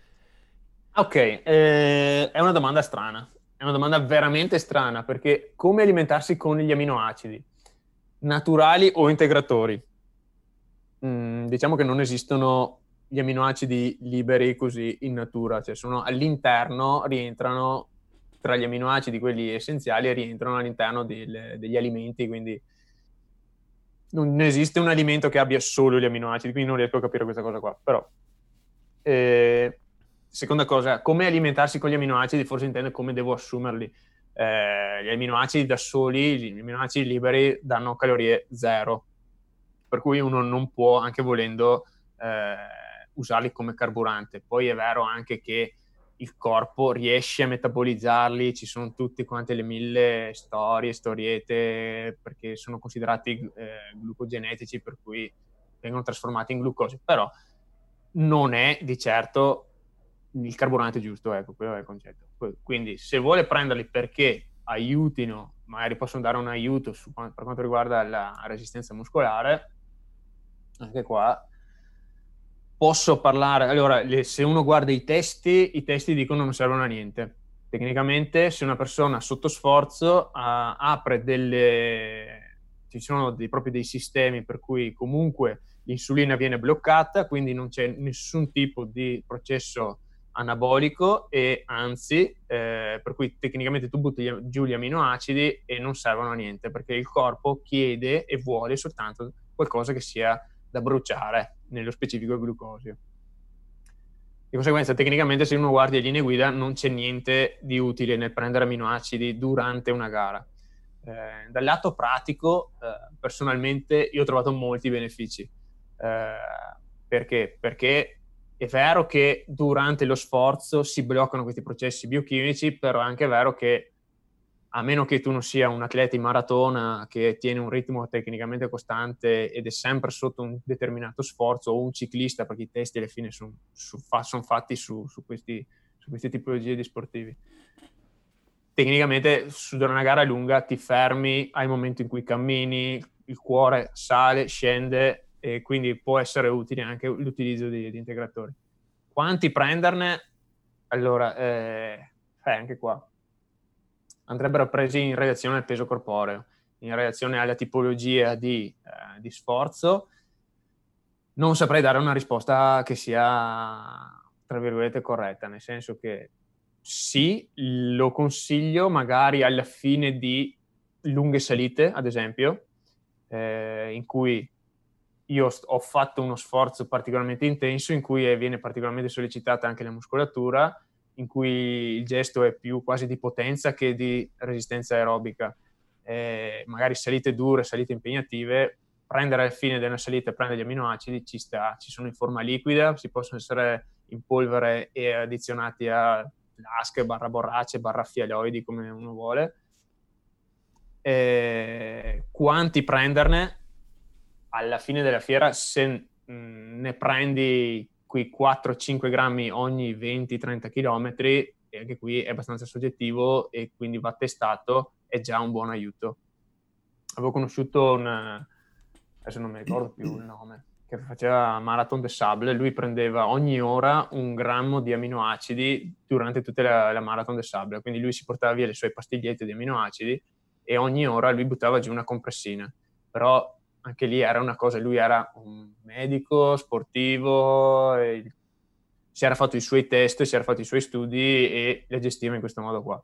Ok, eh, è una domanda strana, è una domanda veramente strana, perché come alimentarsi con gli amminoacidi, naturali o integratori? Mm, diciamo che non esistono gli amminoacidi liberi così in natura, cioè sono all'interno, rientrano tra gli amminoacidi, quelli essenziali, e rientrano all'interno del, degli alimenti, quindi non esiste un alimento che abbia solo gli amminoacidi, quindi non riesco a capire questa cosa qua, però... Eh, seconda cosa, come alimentarsi con gli amminoacidi, forse intende come devo assumerli. Eh, gli amminoacidi da soli, gli amminoacidi liberi danno calorie zero, per cui uno non può, anche volendo, eh, usarli come carburante. Poi è vero anche che il corpo riesce a metabolizzarli, ci sono tutte quante le mille storie, storiette, perché sono considerati eh, glucogenetici, per cui vengono trasformati in glucosio, però non è di certo il carburante giusto, ecco, quello è il concetto. Quindi se vuole prenderli perché aiutino, magari possono dare un aiuto su, per quanto riguarda la resistenza muscolare, anche qua posso parlare. Allora, le, se uno guarda i testi, i testi dicono non servono a niente. Tecnicamente, se una persona sotto sforzo uh, apre delle... ci sono dei, proprio dei sistemi per cui comunque l'insulina viene bloccata, quindi non c'è nessun tipo di processo anabolico e anzi, eh, per cui tecnicamente tu butti giù gli amminoacidi e non servono a niente, perché il corpo chiede e vuole soltanto qualcosa che sia da bruciare, nello specifico il glucosio. Di conseguenza, tecnicamente, se uno guarda le linee guida, non c'è niente di utile nel prendere amminoacidi durante una gara. Eh, dal lato pratico, eh, personalmente, io ho trovato molti benefici. Eh, perché? Perché è vero che durante lo sforzo si bloccano questi processi biochimici, però è anche vero che a meno che tu non sia un atleta in maratona che tiene un ritmo tecnicamente costante ed è sempre sotto un determinato sforzo, o un ciclista, perché i testi alla fine sono son fatti su, su, questi, su queste tipologie di sportivi. Tecnicamente su una gara lunga ti fermi, hai momenti in cui cammini, il cuore sale, scende, e quindi può essere utile anche l'utilizzo di, di integratori. Quanti prenderne? Allora, eh, eh, anche qua andrebbero presi in relazione al peso corporeo, in relazione alla tipologia di, eh, di sforzo. Non saprei dare una risposta che sia, tra virgolette, corretta, nel senso che sì, lo consiglio magari alla fine di lunghe salite, ad esempio, eh, in cui io ho fatto uno sforzo particolarmente intenso, in cui viene particolarmente sollecitata anche la muscolatura, in cui il gesto è più quasi di potenza che di resistenza aerobica. Eh, magari salite dure, salite impegnative, prendere alla fine della salita e prendere gli amminoacidi ci sta, ci sono in forma liquida, si possono essere in polvere e addizionati a lasche, barra borracce, barra fialoidi, come uno vuole. Eh, quanti prenderne? Alla fine della fiera, se mh, ne prendi qui quattro cinque grammi ogni venti trenta chilometri, e anche qui è abbastanza soggettivo e quindi va testato, è già un buon aiuto. Avevo conosciuto un, adesso non mi ricordo più il nome, che faceva Marathon des Sables, lui prendeva ogni ora un grammo di amminoacidi durante tutta la, la Marathon des Sables, quindi lui si portava via le sue pastigliette di amminoacidi e ogni ora lui buttava giù una compressina. Però anche lì era una cosa, lui era un medico sportivo, e si era fatto i suoi test, si era fatto i suoi studi e le gestiva in questo modo qua.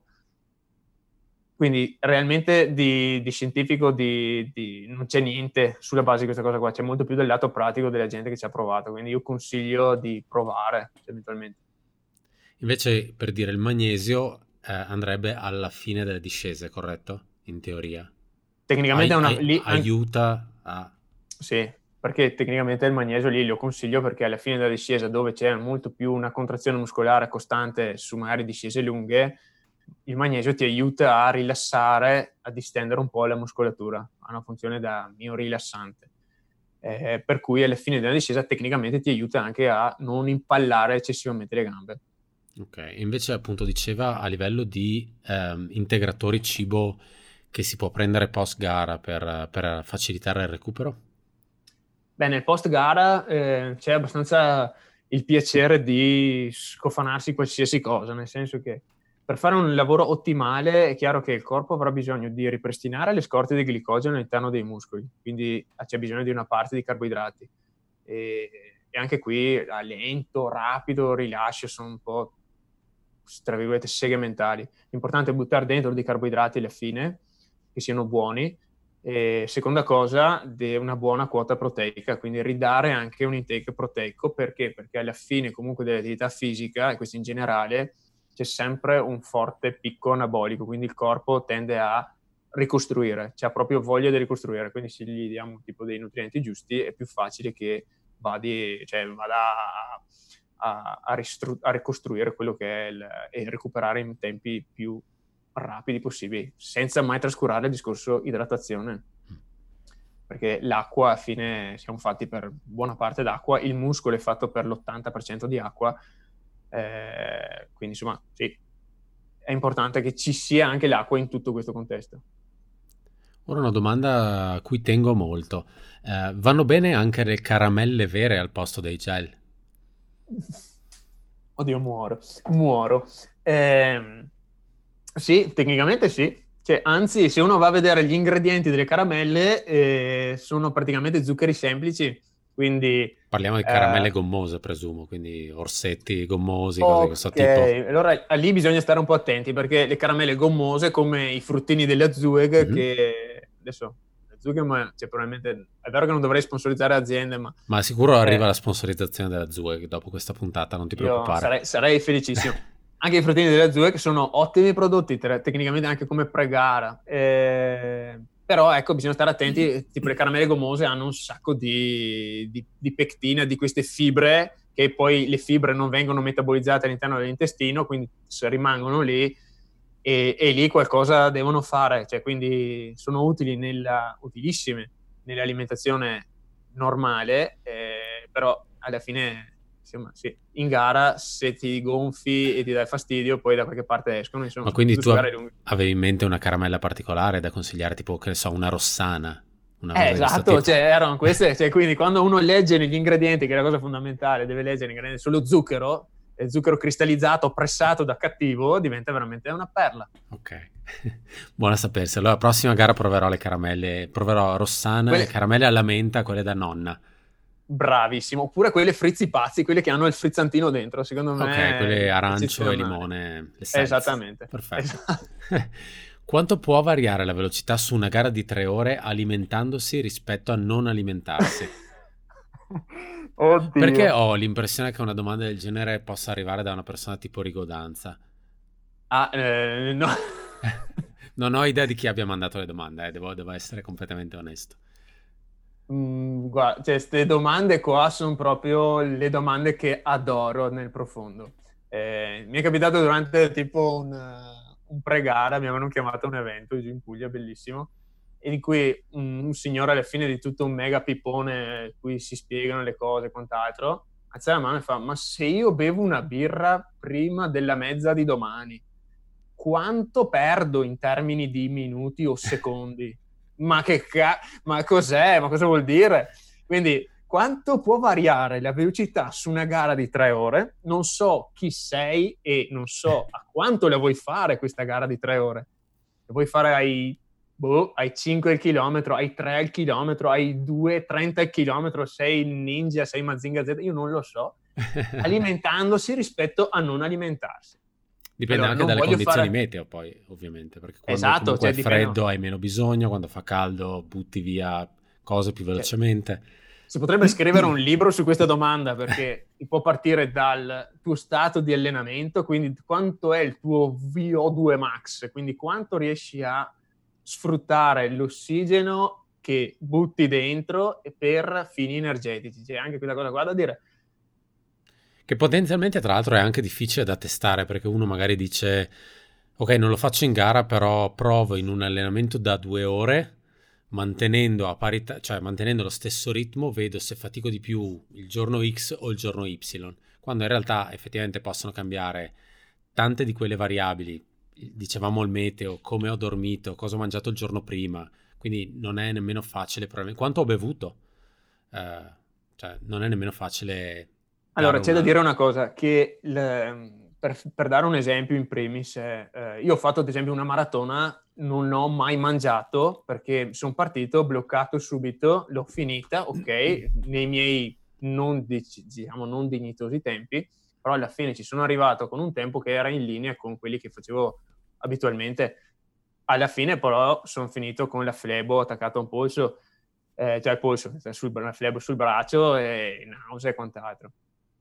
Quindi realmente di, di scientifico di, di, non c'è niente sulla base di questa cosa qua, c'è molto più del lato pratico della gente che ci ha provato, quindi io consiglio di provare eventualmente. Invece, per dire, il magnesio eh, andrebbe alla fine delle discese, corretto? In teoria. Tecnicamente Ai, è una, ai, lì, aiuta a... Sì, perché tecnicamente il magnesio lì lo consiglio perché alla fine della discesa, dove c'è molto più una contrazione muscolare costante su magari discese lunghe, il magnesio ti aiuta a rilassare, a distendere un po' la muscolatura, ha una funzione da miorilassante. Eh, per cui alla fine della discesa tecnicamente ti aiuta anche a non impallare eccessivamente le gambe. Ok, invece appunto diceva a livello di ehm, integratori cibo che si può prendere post gara per, per facilitare il recupero? Beh, nel post gara eh, c'è abbastanza il piacere di scofanarsi qualsiasi cosa, nel senso che per fare un lavoro ottimale è chiaro che il corpo avrà bisogno di ripristinare le scorte di glicogeno all'interno dei muscoli, quindi c'è bisogno di una parte di carboidrati. E, e anche qui lento, rapido, rilascio sono un po', tra virgolette, seghe mentali. L'importante è buttare dentro dei carboidrati alla fine, che siano buoni. E seconda cosa, de una buona quota proteica, quindi ridare anche un intake proteico. Perché? Perché alla fine comunque dell'attività fisica, e questo in generale, c'è sempre un forte picco anabolico, quindi il corpo tende a ricostruire, c'ha proprio voglia di ricostruire, quindi se gli diamo un tipo dei nutrienti giusti è più facile che vadi, cioè vada a, a, a, ristru- a ricostruire quello che è il, e recuperare in tempi più rapidi possibili, senza mai trascurare il discorso idratazione, perché l'acqua, alla fine siamo fatti per buona parte d'acqua, il muscolo è fatto per l'ottanta per cento di acqua, eh, quindi insomma sì, è importante che ci sia anche l'acqua in tutto questo contesto. Ora una domanda a cui tengo molto, eh, vanno bene anche le caramelle vere al posto dei gel? Oddio, muoro, muoro. Eh, sì, tecnicamente sì. Cioè, anzi, se uno va a vedere gli ingredienti delle caramelle, eh, sono praticamente zuccheri semplici, quindi... Parliamo di caramelle eh, gommose, presumo, quindi orsetti gommosi, cose di questo tipo. Ok, allora lì bisogna stare un po' attenti, perché le caramelle gommose, come i fruttini della Zueg, mm-hmm. che adesso... Zueg, ma cioè, probabilmente è vero che non dovrei sponsorizzare aziende, ma... Ma sicuro arriva eh, la sponsorizzazione della Zueg dopo questa puntata, non ti preoccupare. Sarei, sarei felicissimo. Anche i fruttini della Zueg sono ottimi prodotti, te- tecnicamente anche come pre-gara. Eh, però ecco, bisogna stare attenti, tipo le caramelle gommose hanno un sacco di, di, di pectina, di queste fibre, che poi le fibre non vengono metabolizzate all'interno dell'intestino, quindi rimangono lì, e, e lì qualcosa devono fare, cioè, quindi sono utili nella, utilissime nell'alimentazione normale, eh, però alla fine, insomma, sì, in gara se ti gonfi e ti dai fastidio, poi da qualche parte escono. Insomma, ma quindi tu avevi in mente una caramella particolare da consigliare, tipo, che ne so, una rossana? Una eh, esatto, cioè, erano queste, cioè, quindi quando uno legge negli ingredienti, che è la cosa fondamentale, deve leggere gli ingredienti solo zucchero, e zucchero cristallizzato, pressato da cattivo, diventa veramente una perla. Ok, buona sapersi. Allora, prossima gara proverò le caramelle, proverò rossana, quelle... le caramelle alla menta, quelle da nonna. Bravissimo, oppure quelle frizzi pazzi, quelle che hanno il frizzantino dentro, secondo me. Ok, quelle arancio e limone. Esattamente. Perfetto. Esatto. Quanto può variare la velocità su una gara di tre ore alimentandosi rispetto a non alimentarsi? Oddio. Perché ho l'impressione che una domanda del genere possa arrivare da una persona tipo Rigodanza. Ah, eh, no. Non ho idea di chi abbia mandato le domande, eh. devo, devo essere completamente onesto. Mm, guarda, cioè, queste domande qua sono proprio le domande che adoro nel profondo. Eh, mi è capitato durante tipo un, un pre-gara, mi avevano chiamato a un evento giù in Puglia, bellissimo, e in cui un, un signore alla fine di tutto un mega pippone in cui si spiegano le cose e quant'altro, alza la mano e fa: ma se io bevo una birra prima della mezza di domani, quanto perdo in termini di minuti o secondi? Ma che ca- ma cos'è? Ma cosa vuol dire? Quindi quanto può variare la velocità su una gara di tre ore? Non so chi sei e non so a quanto la vuoi fare questa gara di tre ore. La vuoi fare ai boh, hai cinque al chilometro, hai tre al chilometro, hai due, trenta al chilometro, sei ninja, sei Mazinga Z, io non lo so, alimentandosi rispetto a non alimentarsi. Dipende allora, anche dalle condizioni fare... meteo poi, ovviamente, perché quando esatto, comunque cioè, è freddo dipende... hai meno bisogno, quando fa caldo butti via cose più velocemente. Cioè, si potrebbe scrivere un libro su questa domanda, perché si può partire dal tuo stato di allenamento, quindi quanto è il tuo V O due max, quindi quanto riesci a sfruttare l'ossigeno che butti dentro per fini energetici. C'è anche quella cosa qua da dire. Che potenzialmente, tra l'altro, è anche difficile da testare, perché uno magari dice ok, non lo faccio in gara, però provo in un allenamento da due ore, mantenendo a parità, cioè mantenendo lo stesso ritmo, vedo se fatico di più il giorno X o il giorno Y, quando in realtà effettivamente possono cambiare tante di quelle variabili. Dicevamo il meteo, come ho dormito, cosa ho mangiato il giorno prima, quindi non è nemmeno facile, quanto ho bevuto, eh, cioè non è nemmeno facile. Allora, c'è una... da dire una cosa, che le, per, per dare un esempio in primis, eh, io ho fatto ad esempio una maratona, non ho mai mangiato perché sono partito, bloccato subito, l'ho finita, ok, nei miei non, diciamo, non dignitosi tempi, però alla fine ci sono arrivato con un tempo che era in linea con quelli che facevo abitualmente. Alla fine però sono finito con la flebo attaccato a un polso, eh, cioè il polso, sul, la flebo sul braccio e nausea e quant'altro.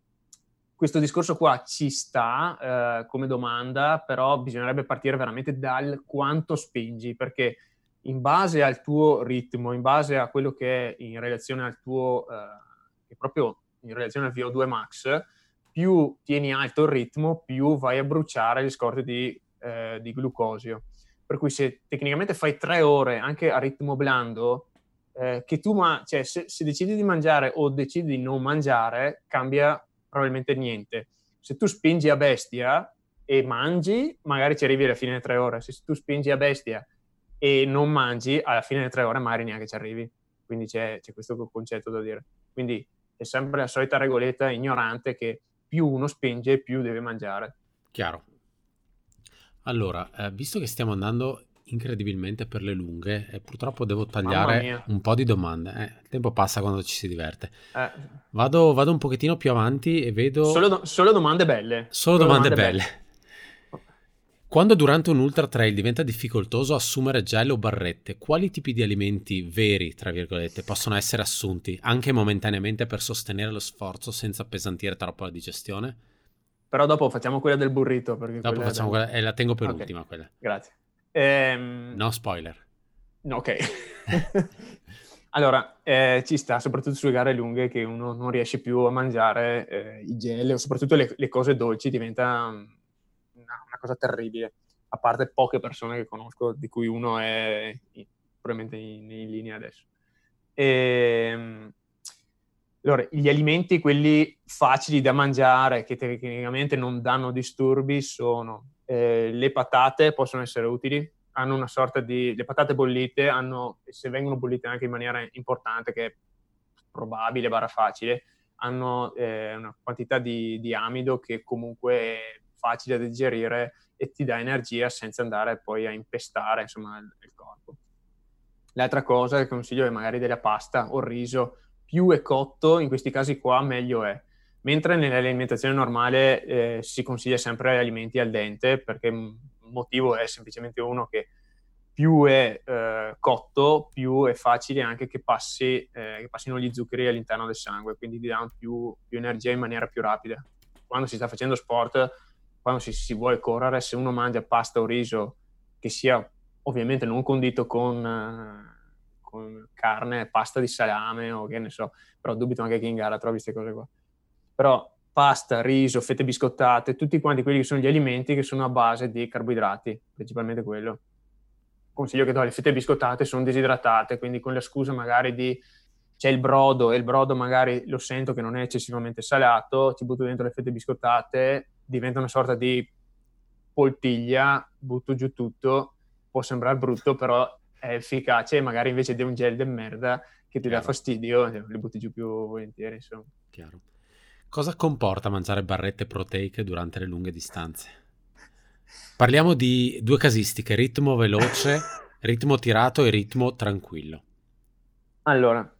Questo discorso qua ci sta eh, come domanda, però bisognerebbe partire veramente dal quanto spingi, perché in base al tuo ritmo, in base a quello che è in relazione al tuo, eh, proprio in relazione al V O due max, più tieni alto il ritmo, più vai a bruciare le scorte di, eh, di glucosio. Per cui se tecnicamente fai tre ore anche a ritmo blando, eh, che tu ma- cioè, se, se decidi di mangiare o decidi di non mangiare, cambia probabilmente niente. Se tu spingi a bestia e mangi, magari ci arrivi alla fine delle tre ore. Se tu spingi a bestia e non mangi, alla fine delle tre ore magari neanche ci arrivi. Quindi c'è, c'è questo concetto da dire. Quindi è sempre la solita regoletta ignorante che più uno spinge, più deve mangiare. Chiaro. Allora, eh, visto che stiamo andando incredibilmente per le lunghe e purtroppo devo tagliare un po' di domande, eh, il tempo passa quando ci si diverte. Eh. Vado, vado un pochettino più avanti e vedo... Solo, do- solo domande belle. Solo, solo domande, domande belle. belle. Quando durante un ultra trail diventa difficoltoso assumere gel o barrette, quali tipi di alimenti veri, tra virgolette, possono essere assunti anche momentaneamente per sostenere lo sforzo senza appesantire troppo la digestione? Però dopo facciamo quella del burrito. Perché dopo quella facciamo del... quella e la tengo per okay. ultima quella. Grazie. Ehm... No spoiler. Ok. Allora, eh, ci sta, soprattutto sulle gare lunghe, che uno non riesce più a mangiare eh, i gel, o soprattutto le, le cose dolci, diventa una, una cosa terribile. A parte poche persone che conosco, di cui uno è in, probabilmente in, in linea adesso. E, allora, gli alimenti, quelli facili da mangiare, che tecnicamente non danno disturbi, sono eh, le patate, possono essere utili. Hanno una sorta di... le patate bollite hanno, se vengono bollite anche in maniera importante, che è probabile, barra facile, hanno eh, una quantità di, di amido che comunque è facile da digerire e ti dà energia senza andare poi a impestare, insomma, il, il corpo. L'altra cosa che consiglio è magari della pasta o il riso. Più è cotto, in questi casi qua, meglio è. Mentre nell'alimentazione normale eh, si consiglia sempre alimenti al dente, perché il motivo è semplicemente uno che più è eh, cotto, più è facile anche che, passi, eh, che passino gli zuccheri all'interno del sangue, quindi ti danno più, più energia in maniera più rapida. Quando si sta facendo sport, quando si, si vuole correre, se uno mangia pasta o riso, che sia ovviamente non condito con, eh, con carne, pasta di salame o che ne so, però dubito anche che in gara trovi queste cose qua. Però pasta, riso, fette biscottate, tutti quanti quelli che sono gli alimenti che sono a base di carboidrati, principalmente quello. Consiglio che no, le fette biscottate sono disidratate, quindi con la scusa magari di c'è il brodo e il brodo magari lo sento che non è eccessivamente salato, ci butto dentro le fette biscottate, diventa una sorta di poltiglia, butto giù tutto, può sembrare brutto, però è efficace e magari invece di un gel de merda che ti Chiaro. Dà fastidio, le butti giù più volentieri, insomma. Chiaro. Cosa comporta mangiare barrette proteiche durante le lunghe distanze? Parliamo di due casistiche, ritmo veloce Ritmo tirato e ritmo tranquillo. Allora,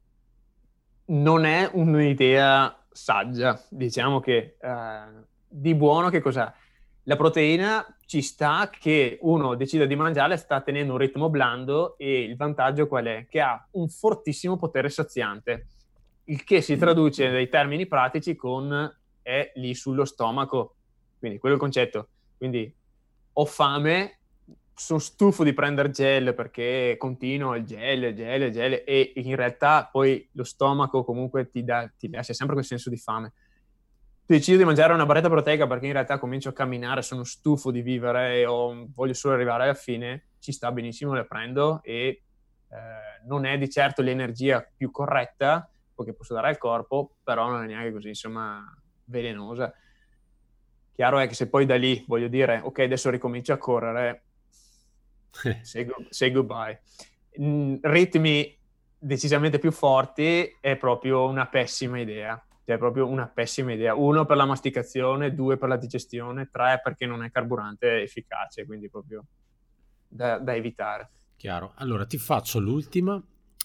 non è un'idea saggia, diciamo che eh, di buono che cos'è? La proteina ci sta che uno decida di mangiarla, sta tenendo un ritmo blando e il vantaggio qual è? Che ha un fortissimo potere saziante, il che si traduce nei termini pratici con è lì sullo stomaco, quindi quello è il concetto. Quindi ho fame, sono stufo di prendere gel perché continuo il gel, il gel, il gel e in realtà poi lo stomaco comunque ti, dà, ti lascia sempre quel senso di fame. Decido di mangiare una barretta proteica perché in realtà comincio a camminare, sono stufo di vivere e ho, voglio solo arrivare alla fine, ci sta benissimo, le prendo e eh, non è di certo l'energia più corretta che posso dare al corpo, però non è neanche così, insomma, velenosa. Chiaro è che se poi da lì voglio dire, ok, adesso ricomincio a correre, say, go, say goodbye. Mm, ritmi decisamente più forti è proprio una pessima idea. Cioè, è proprio una pessima idea. Uno per la masticazione, due per la digestione, tre perché non è carburante efficace, quindi proprio da, da evitare. Chiaro. Allora ti faccio l'ultima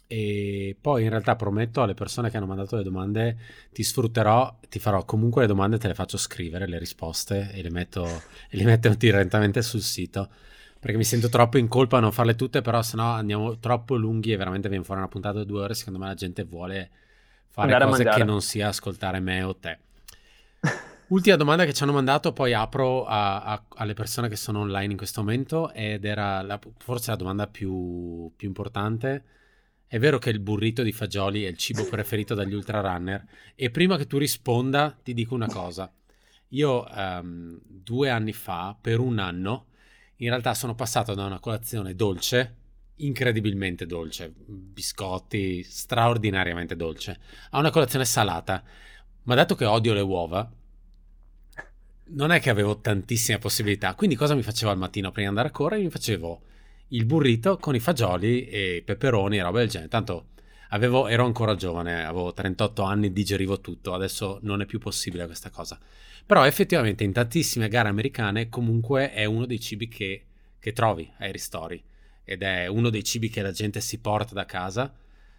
e poi in realtà prometto alle persone che hanno mandato le domande ti sfrutterò, ti farò comunque le domande, te le faccio scrivere le risposte e le metto, e le metto direttamente sul sito perché mi sento troppo in colpa a non farle tutte, però sennò andiamo troppo lunghi e veramente viene fuori una puntata di due ore. Secondo me la gente vuole fare Andare a cose che mangiare. non sia ascoltare me o te. Ultima domanda che ci hanno mandato, poi apro a, a, alle persone che sono online in questo momento, ed era la, forse la domanda più, più importante. È vero che il burrito di fagioli è il cibo preferito dagli ultrarunner? E prima che tu risponda ti dico una cosa. Io um, due anni fa, per un anno, in realtà sono passato da una colazione dolce, incredibilmente dolce, biscotti straordinariamente dolce, a una colazione salata. Ma dato che odio le uova, non è che avevo tantissime possibilità, quindi cosa mi facevo al mattino prima di andare a correre? Mi facevo il burrito con i fagioli e i peperoni e roba del genere. Tanto avevo, ero ancora giovane, avevo trentotto anni, digerivo tutto, adesso non è più possibile questa cosa. Però effettivamente in tantissime gare americane comunque è uno dei cibi che, che trovi ai ristori ed è uno dei cibi che la gente si porta da casa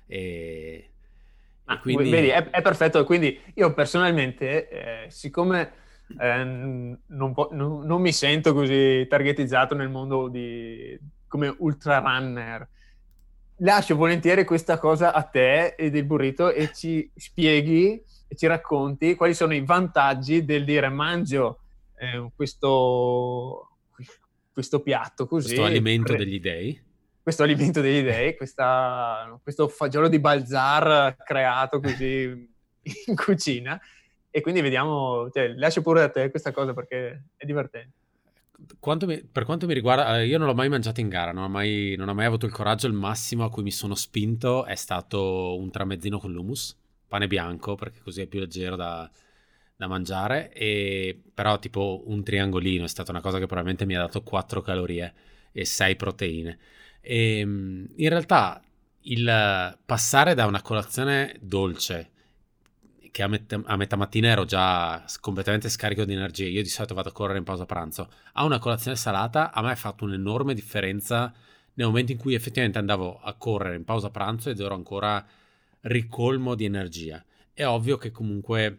e, e Ah, quindi... vedi, è, è perfetto. Quindi io personalmente, eh, siccome eh, non, po- non- non mi sento così targetizzato nel mondo di, come ultra runner, lascio volentieri questa cosa a te e del burrito e ci spieghi e ci racconti quali sono i vantaggi del dire mangio eh, questo, questo piatto questo così, alimento pre- degli dei. questo alimento degli dei, questa, questo fagiolo di Balzar creato così in cucina. E quindi vediamo, cioè, lascio pure a te questa cosa perché è divertente. Quanto mi, per quanto mi riguarda, io non l'ho mai mangiato in gara, non ho mai, non ho mai avuto il coraggio. Il massimo a cui mi sono spinto è stato un tramezzino con l'hummus, pane bianco, perché così è più leggero da, da mangiare. E, però tipo un triangolino è stata una cosa che probabilmente mi ha dato quattro calorie e sei proteine. E, in realtà il passare da una colazione dolce che a metà, a metà mattina ero già completamente scarico di energie, io di solito vado a correre in pausa pranzo, a una colazione salata a me ha fatto un'enorme differenza nel momento in cui effettivamente andavo a correre in pausa pranzo ed ero ancora ricolmo di energia. È ovvio che comunque,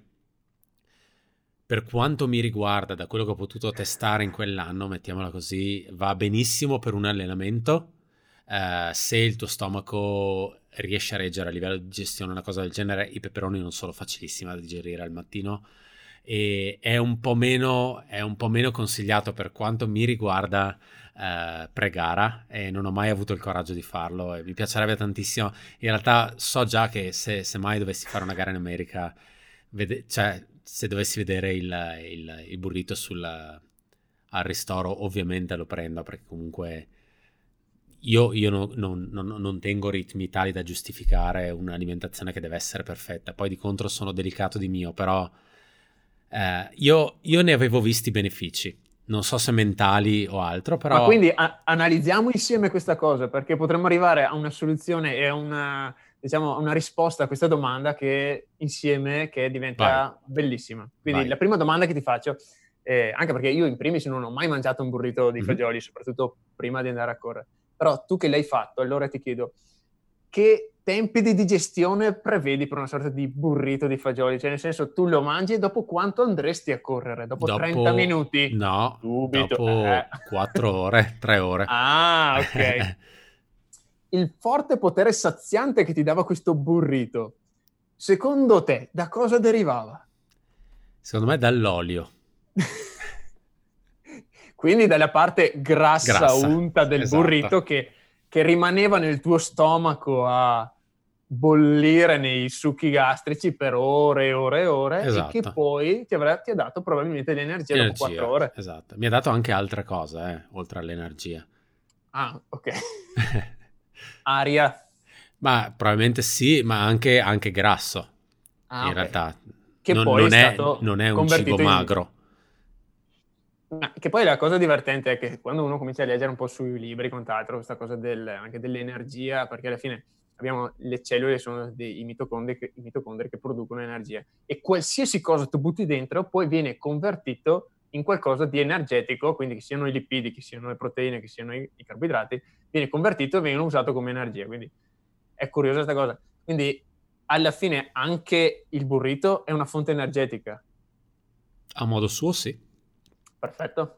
per quanto mi riguarda, da quello che ho potuto testare in quell'anno, mettiamola così, va benissimo per un allenamento. Uh, se il tuo stomaco riesce a reggere a livello di digestione una cosa del genere, i peperoni non sono facilissimi da digerire al mattino e è un po' meno, è un po' meno consigliato per quanto mi riguarda uh, pre-gara, e non ho mai avuto il coraggio di farlo e mi piacerebbe tantissimo. In realtà so già che se, se mai dovessi fare una gara in America, vede, cioè se dovessi vedere il, il, il burrito sul, al ristoro, ovviamente lo prendo perché comunque Io, io non, non, non, non tengo ritmi tali da giustificare un'alimentazione che deve essere perfetta. Poi di contro sono delicato di mio, però eh, io, io ne avevo visti benefici. Non so se mentali o altro, però... Ma quindi a- analizziamo insieme questa cosa, perché potremmo arrivare a una soluzione e a una, diciamo, a una risposta a questa domanda che insieme che Vai, diventa bellissima. Quindi vai. la prima domanda che ti faccio, eh, anche perché io in primis non ho mai mangiato un burrito di Mm-hmm. fagioli, soprattutto prima di andare a correre, Però tu che l'hai fatto, allora ti chiedo, che tempi di digestione prevedi per una sorta di burrito di fagioli? Cioè, nel senso, tu lo mangi e dopo quanto andresti a correre? Dopo, dopo trenta minuti? No, subito. dopo eh. quattro ore, tre ore. Ah, ok. Il forte potere saziante che ti dava questo burrito, secondo te, da cosa derivava? Secondo me dall'olio. Quindi dalla parte grassa, grassa unta del esatto. burrito che, che rimaneva nel tuo stomaco a bollire nei succhi gastrici per ore e ore e ore esatto. e che poi ti, avrà, ti ha dato probabilmente l'energia, l'energia dopo quattro ore. Esatto, mi ha dato anche altre cose, eh, oltre all'energia. Ah, ok. Aria. Ma probabilmente sì, ma anche, anche grasso. Ah, in okay. realtà che non, poi non, è, è, non è un cibo in... magro. Che poi la cosa divertente è che quando uno comincia a leggere un po' sui libri, quant'altro, questa cosa del, anche dell'energia, perché alla fine abbiamo le cellule, sono dei, i, mitocondri che, i mitocondri che producono energia, e qualsiasi cosa tu butti dentro poi viene convertito in qualcosa di energetico, quindi che siano i lipidi, che siano le proteine, che siano i, i carboidrati, viene convertito e viene usato come energia. Quindi è curiosa questa cosa. Quindi alla fine anche il burrito è una fonte energetica. A modo suo, sì. Perfetto.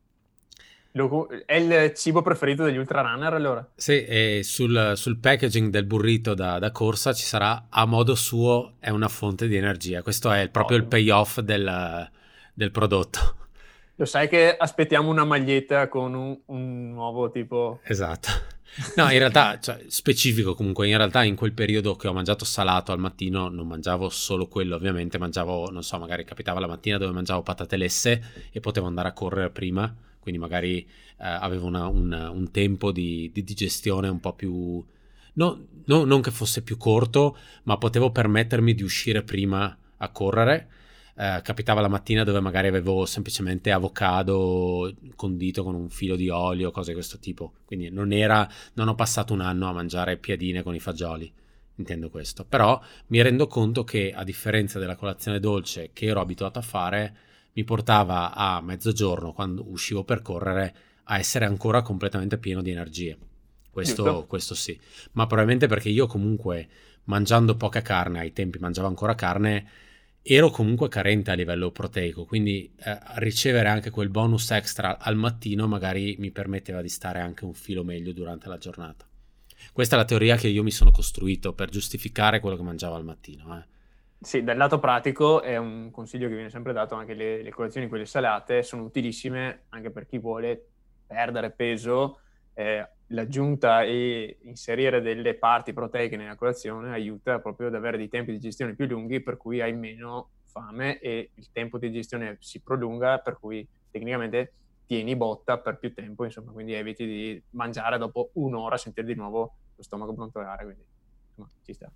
È il cibo preferito degli ultrarunner, allora? Sì, e sul, sul packaging del burrito da, da corsa ci sarà a modo suo è una fonte di energia. Questo è proprio oh. il payoff del, del prodotto. Lo sai che aspettiamo una maglietta con un, un nuovo tipo... Esatto. No, in realtà, cioè, specifico comunque, in realtà in quel periodo che ho mangiato salato al mattino non mangiavo solo quello, ovviamente mangiavo, non so, magari capitava la mattina dove mangiavo patate lesse e potevo andare a correre prima, quindi magari eh, avevo una, un, un tempo di, di digestione un po' più, no, no, non che fosse più corto, ma potevo permettermi di uscire prima a correre. Eh, capitava la mattina dove magari avevo semplicemente avocado condito con un filo di olio, cose di questo tipo, quindi non era, non ho passato un anno a mangiare piadine con i fagioli, intendo questo. Però mi rendo conto che, a differenza della colazione dolce che ero abituato a fare, mi portava a mezzogiorno, quando uscivo per correre, a essere ancora completamente pieno di energie. Questo, questo sì, ma probabilmente perché io comunque, mangiando poca carne, ai tempi mangiavo ancora carne, ero comunque carente a livello proteico, quindi eh, ricevere anche quel bonus extra al mattino magari mi permetteva di stare anche un filo meglio durante la giornata. Questa è la teoria che io mi sono costruito per giustificare quello che mangiavo al mattino. Eh. Sì, dal lato pratico è un consiglio che viene sempre dato, anche le, le colazioni, quelle salate, sono utilissime anche per chi vuole perdere peso. Eh, l'aggiunta e inserire delle parti proteiche nella colazione aiuta proprio ad avere dei tempi di gestione più lunghi, per cui hai meno fame e il tempo di gestione si prolunga, per cui tecnicamente tieni botta per più tempo, insomma, quindi eviti di mangiare dopo un'ora, sentire di nuovo lo stomaco brontolare, quindi insomma ci sta.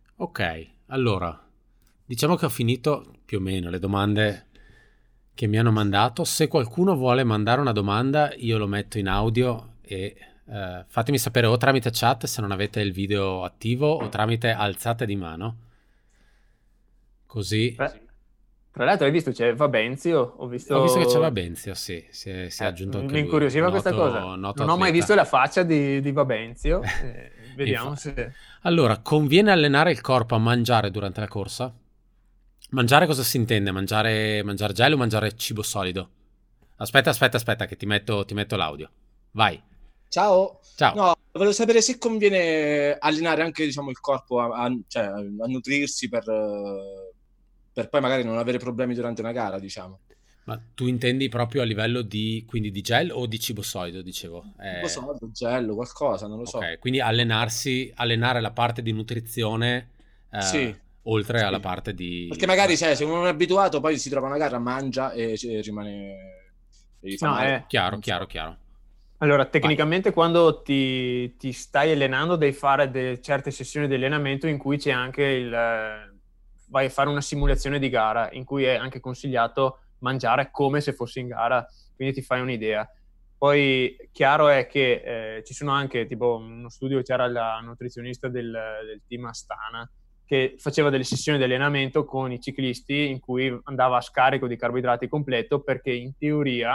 Ok, allora diciamo che ho finito più o meno le domande che mi hanno mandato. Se qualcuno vuole mandare una domanda, io lo metto in audio e uh, fatemi sapere o tramite chat se non avete il video attivo o tramite alzate di mano. Così. Beh, tra l'altro hai visto c'è Vabenzio? Ho visto, ho visto che c'è Vabenzio, sì, si è, si è eh, aggiunto anche mi lui. Mi incuriosiva questa cosa. Non atleta. Ho mai visto la faccia di, di Vabenzio. Eh, vediamo se... Allora, conviene allenare il corpo a mangiare durante la corsa? Mangiare cosa si intende? Mangiare, mangiare gel o mangiare cibo solido? Aspetta, aspetta, aspetta che ti metto, ti metto l'audio. Vai. Ciao. Ciao. No, volevo sapere se conviene allenare anche, diciamo, il corpo a, a, cioè, a nutrirsi per, per poi magari non avere problemi durante una gara, diciamo. Ma tu intendi proprio a livello di, quindi di gel o di cibo solido, dicevo? Cibo eh... solido, gel, qualcosa, non lo so. Ok, quindi allenarsi, allenare la parte di nutrizione eh, sì, oltre sì. alla parte di... Perché magari cioè, se uno non è abituato, poi si trova una gara, mangia e, e rimane... E no, è chiaro, chiaro, so. chiaro. Allora, tecnicamente Vai. quando ti, ti stai allenando devi fare de, certe sessioni di allenamento in cui c'è anche il... vai a fare una simulazione di gara, in cui è anche consigliato mangiare come se fossi in gara, quindi ti fai un'idea. Poi chiaro è che eh, ci sono anche, tipo uno studio, c'era la nutrizionista del, del team Astana che faceva delle sessioni di allenamento con i ciclisti in cui andava a scarico di carboidrati completo, perché in teoria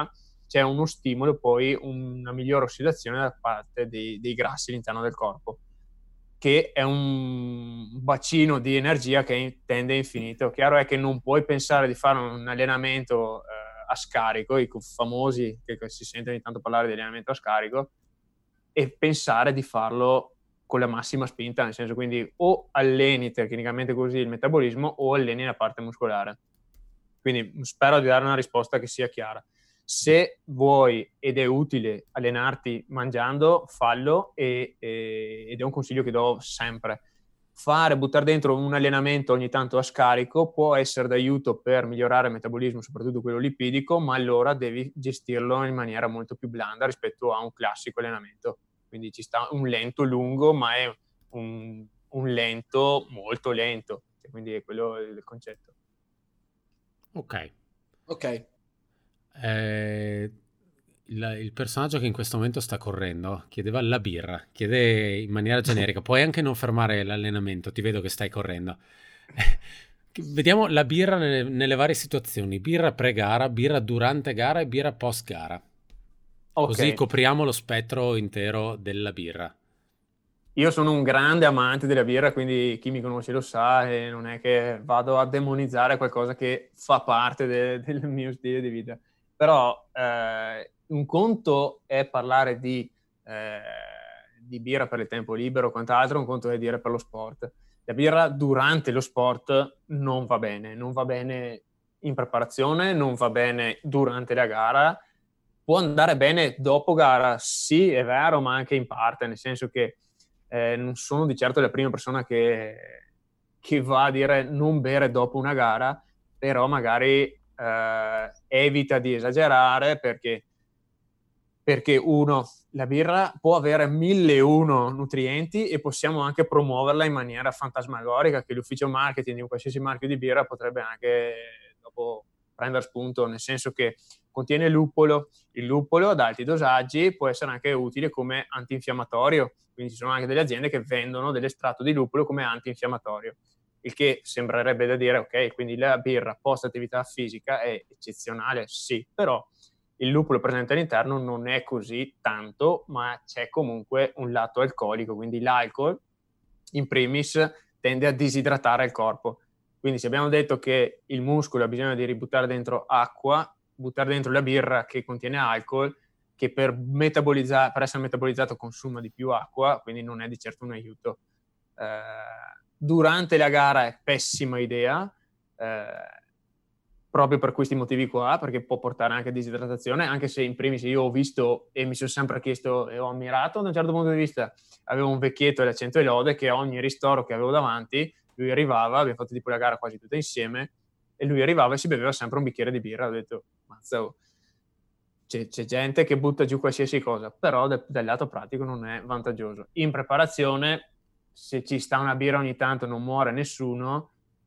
c'è uno stimolo, poi una migliore ossidazione da parte dei, dei grassi all'interno del corpo, che è un bacino di energia che tende a infinito. Chiaro è che non puoi pensare di fare un allenamento eh, a scarico, i famosi che si sente ogni tanto parlare di allenamento a scarico, e pensare di farlo con la massima spinta, nel senso, quindi o alleni tecnicamente così il metabolismo o alleni la parte muscolare. Quindi spero di dare una risposta che sia chiara. Se vuoi ed è utile allenarti mangiando, fallo, e, e, ed è un consiglio che do sempre. Fare, buttare dentro un allenamento ogni tanto a scarico può essere d'aiuto per migliorare il metabolismo, soprattutto quello lipidico, ma allora devi gestirlo in maniera molto più blanda rispetto a un classico allenamento. Quindi ci sta un lento lungo, ma è un, un lento molto lento. Quindi è quello il concetto. Ok. Ok. Eh, il, il personaggio che in questo momento sta correndo chiedeva la birra, chiede in maniera generica, puoi anche non fermare l'allenamento, ti vedo che stai correndo. Vediamo la birra nelle, nelle varie situazioni: birra pre-gara, birra durante gara e birra post-gara. Okay. Così copriamo lo spettro intero della birra. Io sono un grande amante della birra, quindi chi mi conosce lo sa, e non è che vado a demonizzare qualcosa che fa parte de- del mio stile di vita. Però eh, un conto è parlare di, eh, di birra per il tempo libero o quant'altro, un conto è dire per lo sport. La birra durante lo sport non va bene, non va bene in preparazione, non va bene durante la gara. Può andare bene dopo gara, sì, è vero, ma anche in parte, nel senso che eh, non sono di certo la prima persona che, che va a dire non bere dopo una gara, però magari eh, evita di esagerare, perché, perché uno, la birra può avere mille e uno nutrienti e possiamo anche promuoverla in maniera fantasmagorica, che l'ufficio marketing di un qualsiasi marchio di birra potrebbe anche dopo prendere spunto, nel senso che contiene luppolo. Il luppolo ad alti dosaggi può essere anche utile come antinfiammatorio, quindi ci sono anche delle aziende che vendono dell'estratto di luppolo come antinfiammatorio, il che sembrerebbe da dire ok, quindi la birra post attività fisica è eccezionale, sì, però il luppolo presente all'interno non è così tanto, ma c'è comunque un lato alcolico, quindi l'alcol in primis tende a disidratare il corpo. Quindi se abbiamo detto che il muscolo ha bisogno di ributtare dentro acqua, buttare dentro la birra che contiene alcol, che per, metabolizzare, per essere metabolizzato consuma di più acqua, quindi non è di certo un aiuto. Eh, durante la gara è pessima idea, eh, proprio per questi motivi qua, perché può portare anche a disidratazione, anche se in primis io ho visto e mi sono sempre chiesto e ho ammirato da un certo punto di vista. Avevo un vecchietto dell'Accento e Lode che a ogni ristoro che avevo davanti, lui arrivava, abbiamo fatto tipo la gara quasi tutta insieme, e lui arrivava e si beveva sempre un bicchiere di birra. Ho detto, mazza, oh, c'è, c'è gente che butta giù qualsiasi cosa, però da, dal lato pratico non è vantaggioso. In preparazione, se ci sta una birra ogni tanto non muore nessuno,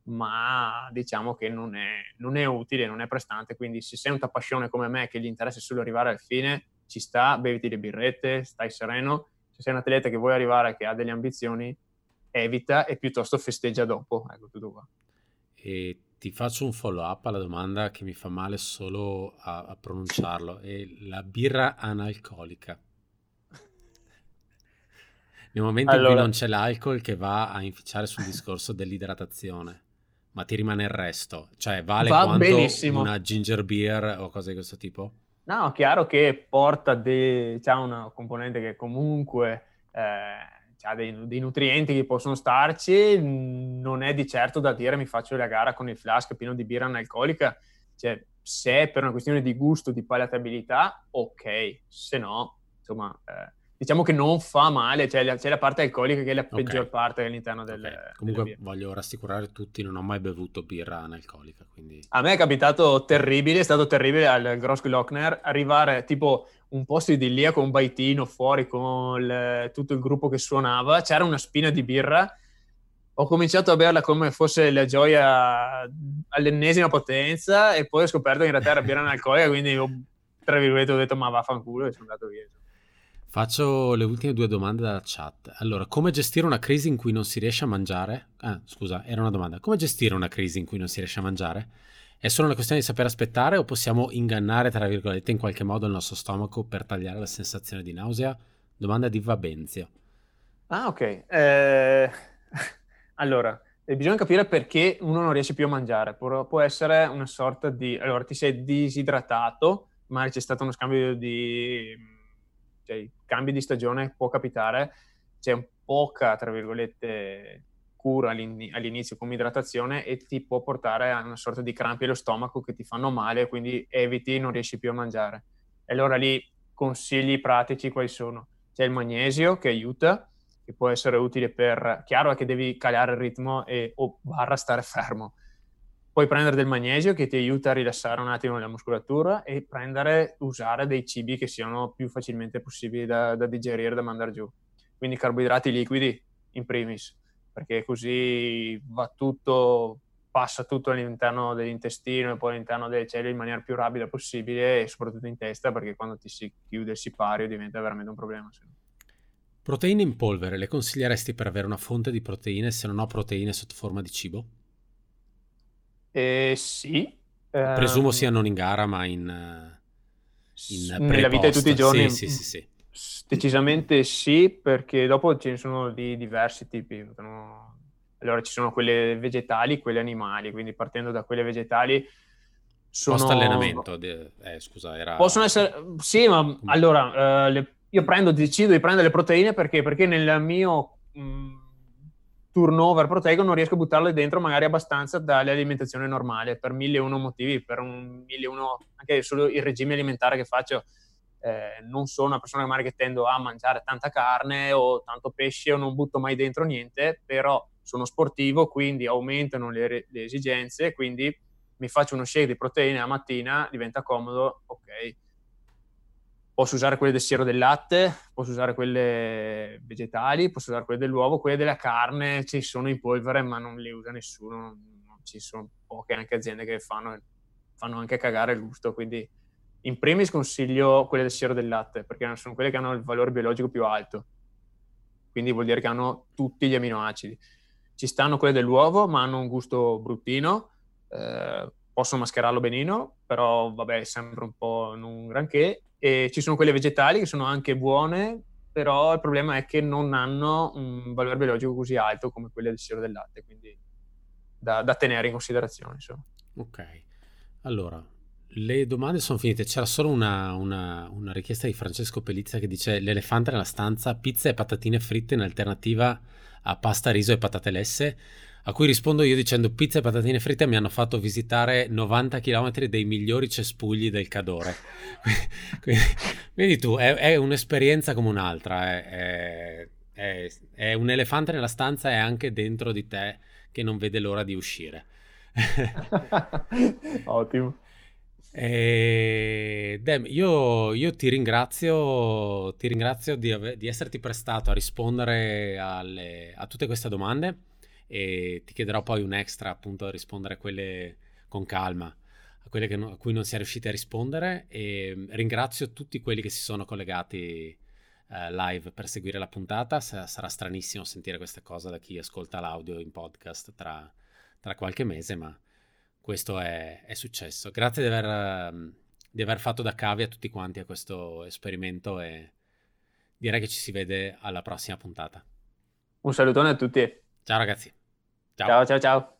ma diciamo che non è, non è utile, non è prestante. Quindi se sei un tapascione come me che gli interessa solo arrivare al fine, ci sta, beviti le birrette, stai sereno. Se sei un atleta che vuoi arrivare, che ha delle ambizioni, evita e piuttosto festeggia dopo. Ecco, tutto qua. E ti faccio un follow up alla domanda che mi fa male solo a, a pronunciarlo: è la birra analcolica. Nel momento allora, in cui non c'è l'alcol che va a inficiare sul discorso dell'idratazione, ma ti rimane il resto, cioè vale va quanto benissimo. Una ginger beer o cose di questo tipo? No, chiaro che porta de... c'ha una componente che comunque eh, ha dei, dei nutrienti che possono starci, non è di certo da dire mi faccio la gara con il flask pieno di birra analcolica. Cioè, se è per una questione di gusto, di palatabilità, ok, se no, insomma, eh, diciamo che non fa male, cioè c'è la parte alcolica che è la peggior okay. parte all'interno del... Okay. Comunque voglio rassicurare tutti, non ho mai bevuto birra analcolica, quindi... A me è capitato terribile, è stato terribile al Grossglockner arrivare tipo un posto idilliaco, un baitino fuori con il, tutto il gruppo che suonava, c'era una spina di birra, ho cominciato a berla come fosse la gioia all'ennesima potenza e poi ho scoperto che in realtà era birra analcolica, quindi io, tra virgolette, ho detto ma vaffanculo e sono andato via. Faccio le ultime due domande dalla chat. Allora, come gestire una crisi in cui non si riesce a mangiare? Ah, scusa, era una domanda. Come gestire una crisi in cui non si riesce a mangiare? È solo una questione di saper aspettare o possiamo ingannare, tra virgolette, in qualche modo il nostro stomaco per tagliare la sensazione di nausea? Domanda di Vabenzio. Ah, ok. Eh... allora, eh, bisogna capire perché uno non riesce più a mangiare. Può, può essere una sorta di... Allora, ti sei disidratato, magari c'è stato uno scambio di... cioè, cambi di stagione, può capitare. C'è un poca, tra virgolette, cura all'inizio come idratazione e ti può portare a una sorta di crampi allo stomaco che ti fanno male, quindi eviti, non riesci più a mangiare. E allora lì consigli pratici quali sono? C'è il magnesio che aiuta, che può essere utile per... Chiaro è che devi calare il ritmo e, o barra stare fermo. Puoi prendere del magnesio che ti aiuta a rilassare un attimo la muscolatura e prendere, usare dei cibi che siano più facilmente possibili da, da digerire, da mandare giù. Quindi carboidrati liquidi in primis, perché così va tutto, passa tutto all'interno dell'intestino e poi all'interno delle cellule in maniera più rapida possibile e soprattutto in testa, perché quando ti si chiude il sipario diventa veramente un problema. Proteine in polvere le consiglieresti per avere una fonte di proteine se non ho proteine sotto forma di cibo? Eh, sì. Presumo Um, sia non in gara ma in, in nella vita di tutti i giorni sì, sì, sì, sì. Decisamente sì, perché dopo ce ne sono di diversi tipi. Allora ci sono quelle vegetali, quelle animali, quindi partendo da quelle vegetali sono... Post allenamento, eh, scusa, era... Possono essere... Sì, ma allora, uh, le... io prendo, decido di prendere le proteine perché, perché nel mio mh, turnover proteico non riesco a buttarle dentro magari abbastanza dall'alimentazione normale, per mille e uno motivi, per un mille e uno... anche solo il regime alimentare che faccio. Eh, non sono una persona magari che tendo a mangiare tanta carne o tanto pesce o non butto mai dentro niente, però sono sportivo, quindi aumentano le, le esigenze, quindi mi faccio uno shake di proteine la mattina, diventa comodo, ok. Posso usare quelle del siero del latte, posso usare quelle vegetali, posso usare quelle dell'uovo, quelle della carne ci sono in polvere, ma non le usa nessuno, non ci sono poche anche aziende che fanno, fanno anche cagare il gusto, quindi in primis consiglio quelle del siero del latte, perché sono quelle che hanno il valore biologico più alto, quindi vuol dire che hanno tutti gli aminoacidi. Ci stanno quelle dell'uovo, ma hanno un gusto bruttino, eh, possono mascherarlo benino, però vabbè, sembra un po' non granché, e ci sono quelle vegetali che sono anche buone, però il problema è che non hanno un valore biologico così alto come quelle del siero del latte, quindi da, da tenere in considerazione, insomma. Ok, allora... Le domande sono finite, c'era solo una, una, una richiesta di Francesco Pelizza che dice: l'elefante nella stanza, pizza e patatine fritte in alternativa a pasta, riso e patate lesse, a cui rispondo io dicendo: pizza e patatine fritte mi hanno fatto visitare novanta chilometri dei migliori cespugli del Cadore. quindi, quindi tu, è, è un'esperienza come un'altra, è, è, è un elefante nella stanza e anche dentro di te che non vede l'ora di uscire. Ottimo. Eh, Dem, io, io ti ringrazio, ti ringrazio di, ave- di esserti prestato a rispondere alle- a tutte queste domande e ti chiederò poi un extra appunto a rispondere a quelle con calma, a quelle che no- a cui non si è riusciti a rispondere e ringrazio tutti quelli che si sono collegati eh, live per seguire la puntata. Sa- sarà stranissimo sentire questa cosa da chi ascolta l'audio in podcast tra, tra qualche mese, ma questo è, è successo. Grazie di aver, di aver fatto da cavia a tutti quanti a questo esperimento e direi che ci si vede alla prossima puntata. Un salutone a tutti. Ciao ragazzi. Ciao. Ciao ciao ciao.